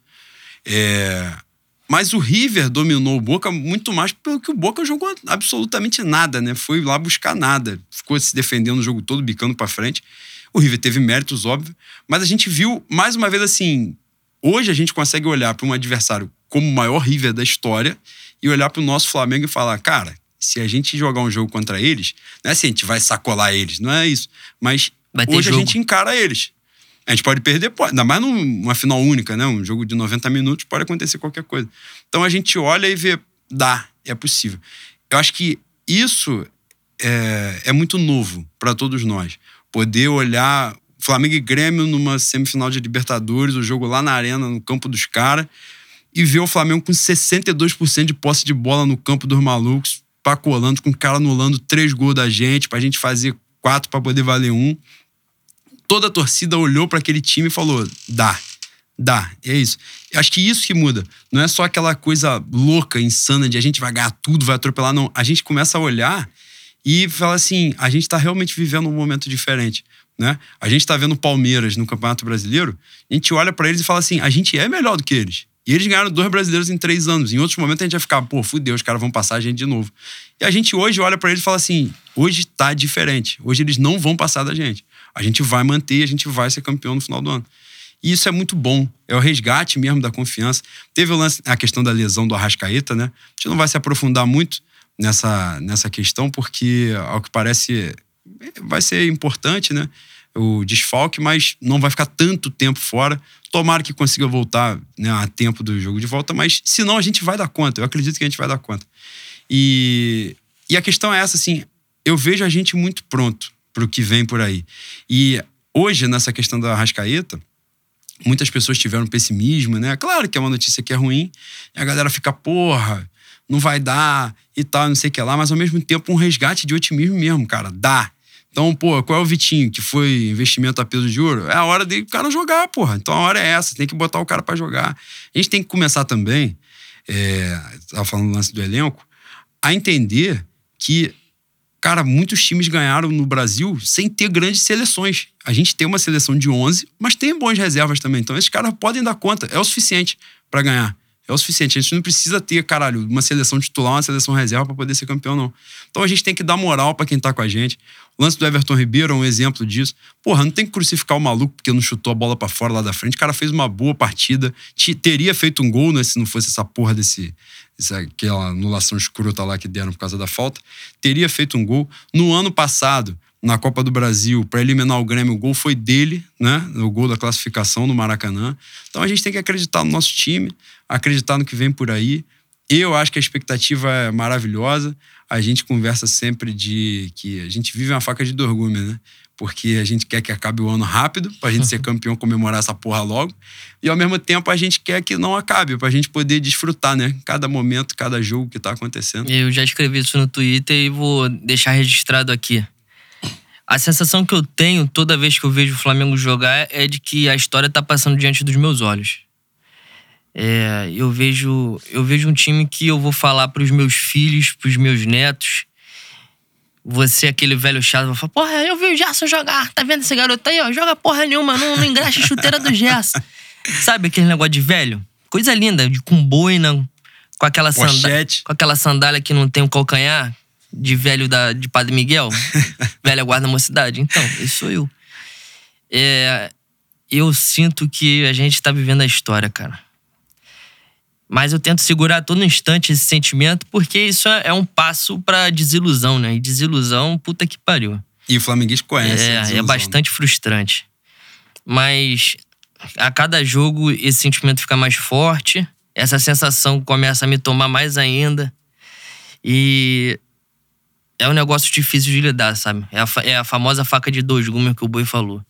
Mas o River dominou o Boca muito mais pelo que o Boca jogou absolutamente nada, né? Foi lá buscar nada, ficou se defendendo o jogo todo, bicando pra frente. O River teve méritos, óbvio, mas a gente viu, mais uma vez assim, hoje a gente consegue olhar para um adversário como o maior River da história e olhar para o nosso Flamengo e falar, cara, se a gente jogar um jogo contra eles, não é assim, a gente vai sacolar eles, não é isso. Mas hoje a gente encara eles. A gente pode perder, ainda mais numa final única, né? Um jogo de 90 minutos, pode acontecer qualquer coisa. Então a gente olha e vê, é possível. Eu acho que isso é muito novo para todos nós. Poder olhar Flamengo e Grêmio numa semifinal de Libertadores, o jogo lá na arena, no campo dos caras, e ver o Flamengo com 62% de posse de bola no campo dos malucos, pacolando, com o cara anulando 3 gols da gente, pra gente fazer 4 pra poder valer 1. Toda a torcida olhou para aquele time e falou, dá, é isso. Eu acho que isso que muda. Não é só aquela coisa louca, insana, de a gente vai ganhar tudo, vai atropelar, não. A gente começa a olhar e fala assim, a gente tá realmente vivendo um momento diferente, né? A gente tá vendo o Palmeiras no Campeonato Brasileiro, a gente olha para eles e fala assim, a gente é melhor do que eles. E eles ganharam 2 brasileiros em 3 anos. Em outros momentos a gente vai ficar, fudeu, os caras vão passar a gente de novo. E a gente hoje olha pra eles e fala assim, hoje tá diferente. Hoje eles não vão passar da gente. A gente vai manter, a gente vai ser campeão no final do ano. E isso é muito bom. É o resgate mesmo da confiança. Teve a questão da lesão do Arrascaeta, né? A gente não vai se aprofundar muito nessa questão, porque, ao que parece, vai ser importante, né? o desfalque, mas não vai ficar tanto tempo fora. Tomara que consiga voltar, né, a tempo do jogo de volta, mas se não, a gente vai dar conta. Eu acredito que a gente vai dar conta. E a questão é essa, assim, eu vejo a gente muito pronto pro que vem por aí. E hoje, nessa questão da Arrascaeta, muitas pessoas tiveram pessimismo, né? Claro que é uma notícia que é ruim, e a galera fica, porra, não vai dar e tal, não sei o que lá, mas ao mesmo tempo um resgate de otimismo mesmo, cara, dá. Então, pô, qual é o Vitinho, que foi investimento a peso de ouro? É a hora do cara jogar, porra. Então a hora é essa, tem que botar o cara pra jogar. A gente tem que começar também, tava falando do lance do elenco, a entender que, cara, muitos times ganharam no Brasil sem ter grandes seleções. A gente tem uma seleção de 11, mas tem boas reservas também. Então esses caras podem dar conta, é o suficiente pra ganhar. É o suficiente. A gente não precisa ter, caralho, uma seleção titular, uma seleção reserva pra poder ser campeão, não. Então a gente tem que dar moral pra quem tá com a gente. O lance do Everton Ribeiro é um exemplo disso. Porra, não tem que crucificar o maluco porque não chutou a bola pra fora lá da frente. O cara fez uma boa partida. Teria feito um gol, né, se não fosse essa porra aquela anulação escrota lá que deram por causa da falta. Teria feito um gol. No ano passado, na Copa do Brasil, pra eliminar o Grêmio, o gol foi dele, né? O gol da classificação no Maracanã. Então a gente tem que acreditar no nosso time, acreditar no que vem por aí. Eu acho que a expectativa é maravilhosa. A gente conversa sempre de que a gente vive uma faca de dois gumes, né? Porque a gente quer que acabe o ano rápido, pra gente ser campeão, comemorar essa porra logo. E ao mesmo tempo a gente quer que não acabe, pra gente poder desfrutar, né? Cada momento, cada jogo que tá acontecendo. Eu já escrevi isso no Twitter e vou deixar registrado aqui. A sensação que eu tenho toda vez que eu vejo o Flamengo jogar é de que a história tá passando diante dos meus olhos. Eu vejo um time que eu vou falar pros meus filhos, pros meus netos. Você, aquele velho chato, vai falar, porra, eu vi o Gerson jogar, tá vendo esse garoto aí, ó? Joga porra nenhuma, não engraxa a chuteira do Gerson. Sabe aquele negócio de velho? Coisa linda, com boina, com aquela sandália que não tem um calcanhar, de velho de Padre Miguel, velha guarda mocidade. Então, esse sou eu. Eu sinto que a gente tá vivendo a história, cara. Mas eu tento segurar a todo instante esse sentimento, porque isso é um passo pra desilusão, né? E desilusão, puta que pariu. E o flamenguista conhece a desilusão. É bastante frustrante. Mas a cada jogo esse sentimento fica mais forte, essa sensação começa a me tomar mais ainda. É um negócio difícil de lidar, sabe? É a famosa faca de dois gumes que o Boi falou.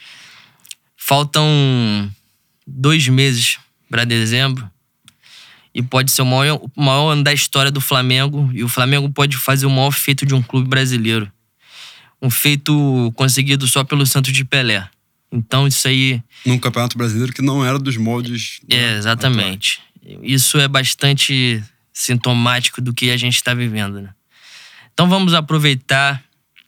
Faltam 2 meses pra dezembro. E pode ser o maior ano da história do Flamengo. E o Flamengo pode fazer o maior feito de um clube brasileiro. Um feito conseguido só pelo Santos de Pelé. Então isso aí... Num campeonato brasileiro que não era dos moldes... Exatamente. Isso é bastante sintomático do que a gente está vivendo, né? Então vamos aproveitar.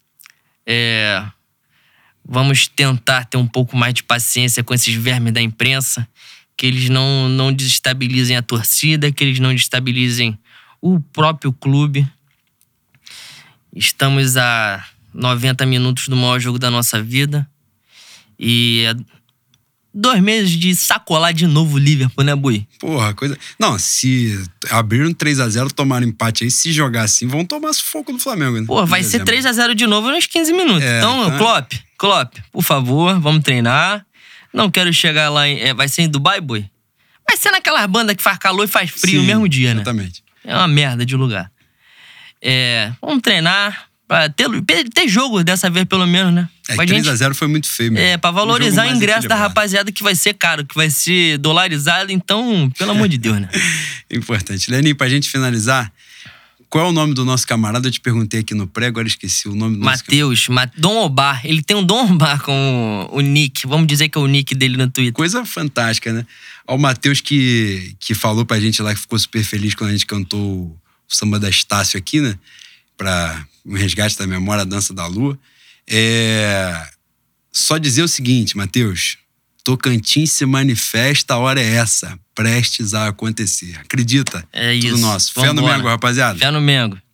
Vamos tentar ter um pouco mais de paciência com esses vermes da imprensa. Que eles não desestabilizem a torcida, que eles não desestabilizem o próprio clube. Estamos a 90 minutos do maior jogo da nossa vida. E 2 meses de sacolar de novo o Liverpool, né, Bui? Porra, coisa... Não, se abriram 3-0, tomaram empate aí, se jogar assim, vão tomar sufoco do Flamengo, né? Pô, vai ser 3-0 de novo nos 15 minutos. Então, tá. Klopp, por favor, vamos treinar. Não quero chegar lá vai ser em Dubai, Boi? Vai ser naquelas bandas que faz calor e faz frio no mesmo dia, né? Exatamente. É uma merda de lugar. Vamos treinar pra ter jogo dessa vez, pelo menos, né? 3-0 foi muito feio mesmo. Pra valorizar o ingresso da rapaziada que vai ser caro, que vai ser dolarizado. Então, pelo amor de Deus, né? Importante. Leninho, pra gente finalizar, qual é o nome do nosso camarada? Eu te perguntei aqui no pré, agora esqueci o nome do nosso camarada. Dom Obar. Ele tem um Dom Obar com o nick. Vamos dizer que é o nick dele no Twitter. Coisa fantástica, né? Ó, o Matheus que falou pra gente lá, que ficou super feliz quando a gente cantou o samba da Estácio aqui, né? Pra um resgate da memória, a Dança da Lua. Só dizer o seguinte, Matheus. Tocantins se manifesta, a hora é essa. Prestes a acontecer. Acredita? É isso. Tudo nosso. Fé no Mengo, rapaziada. Fé no Mengo.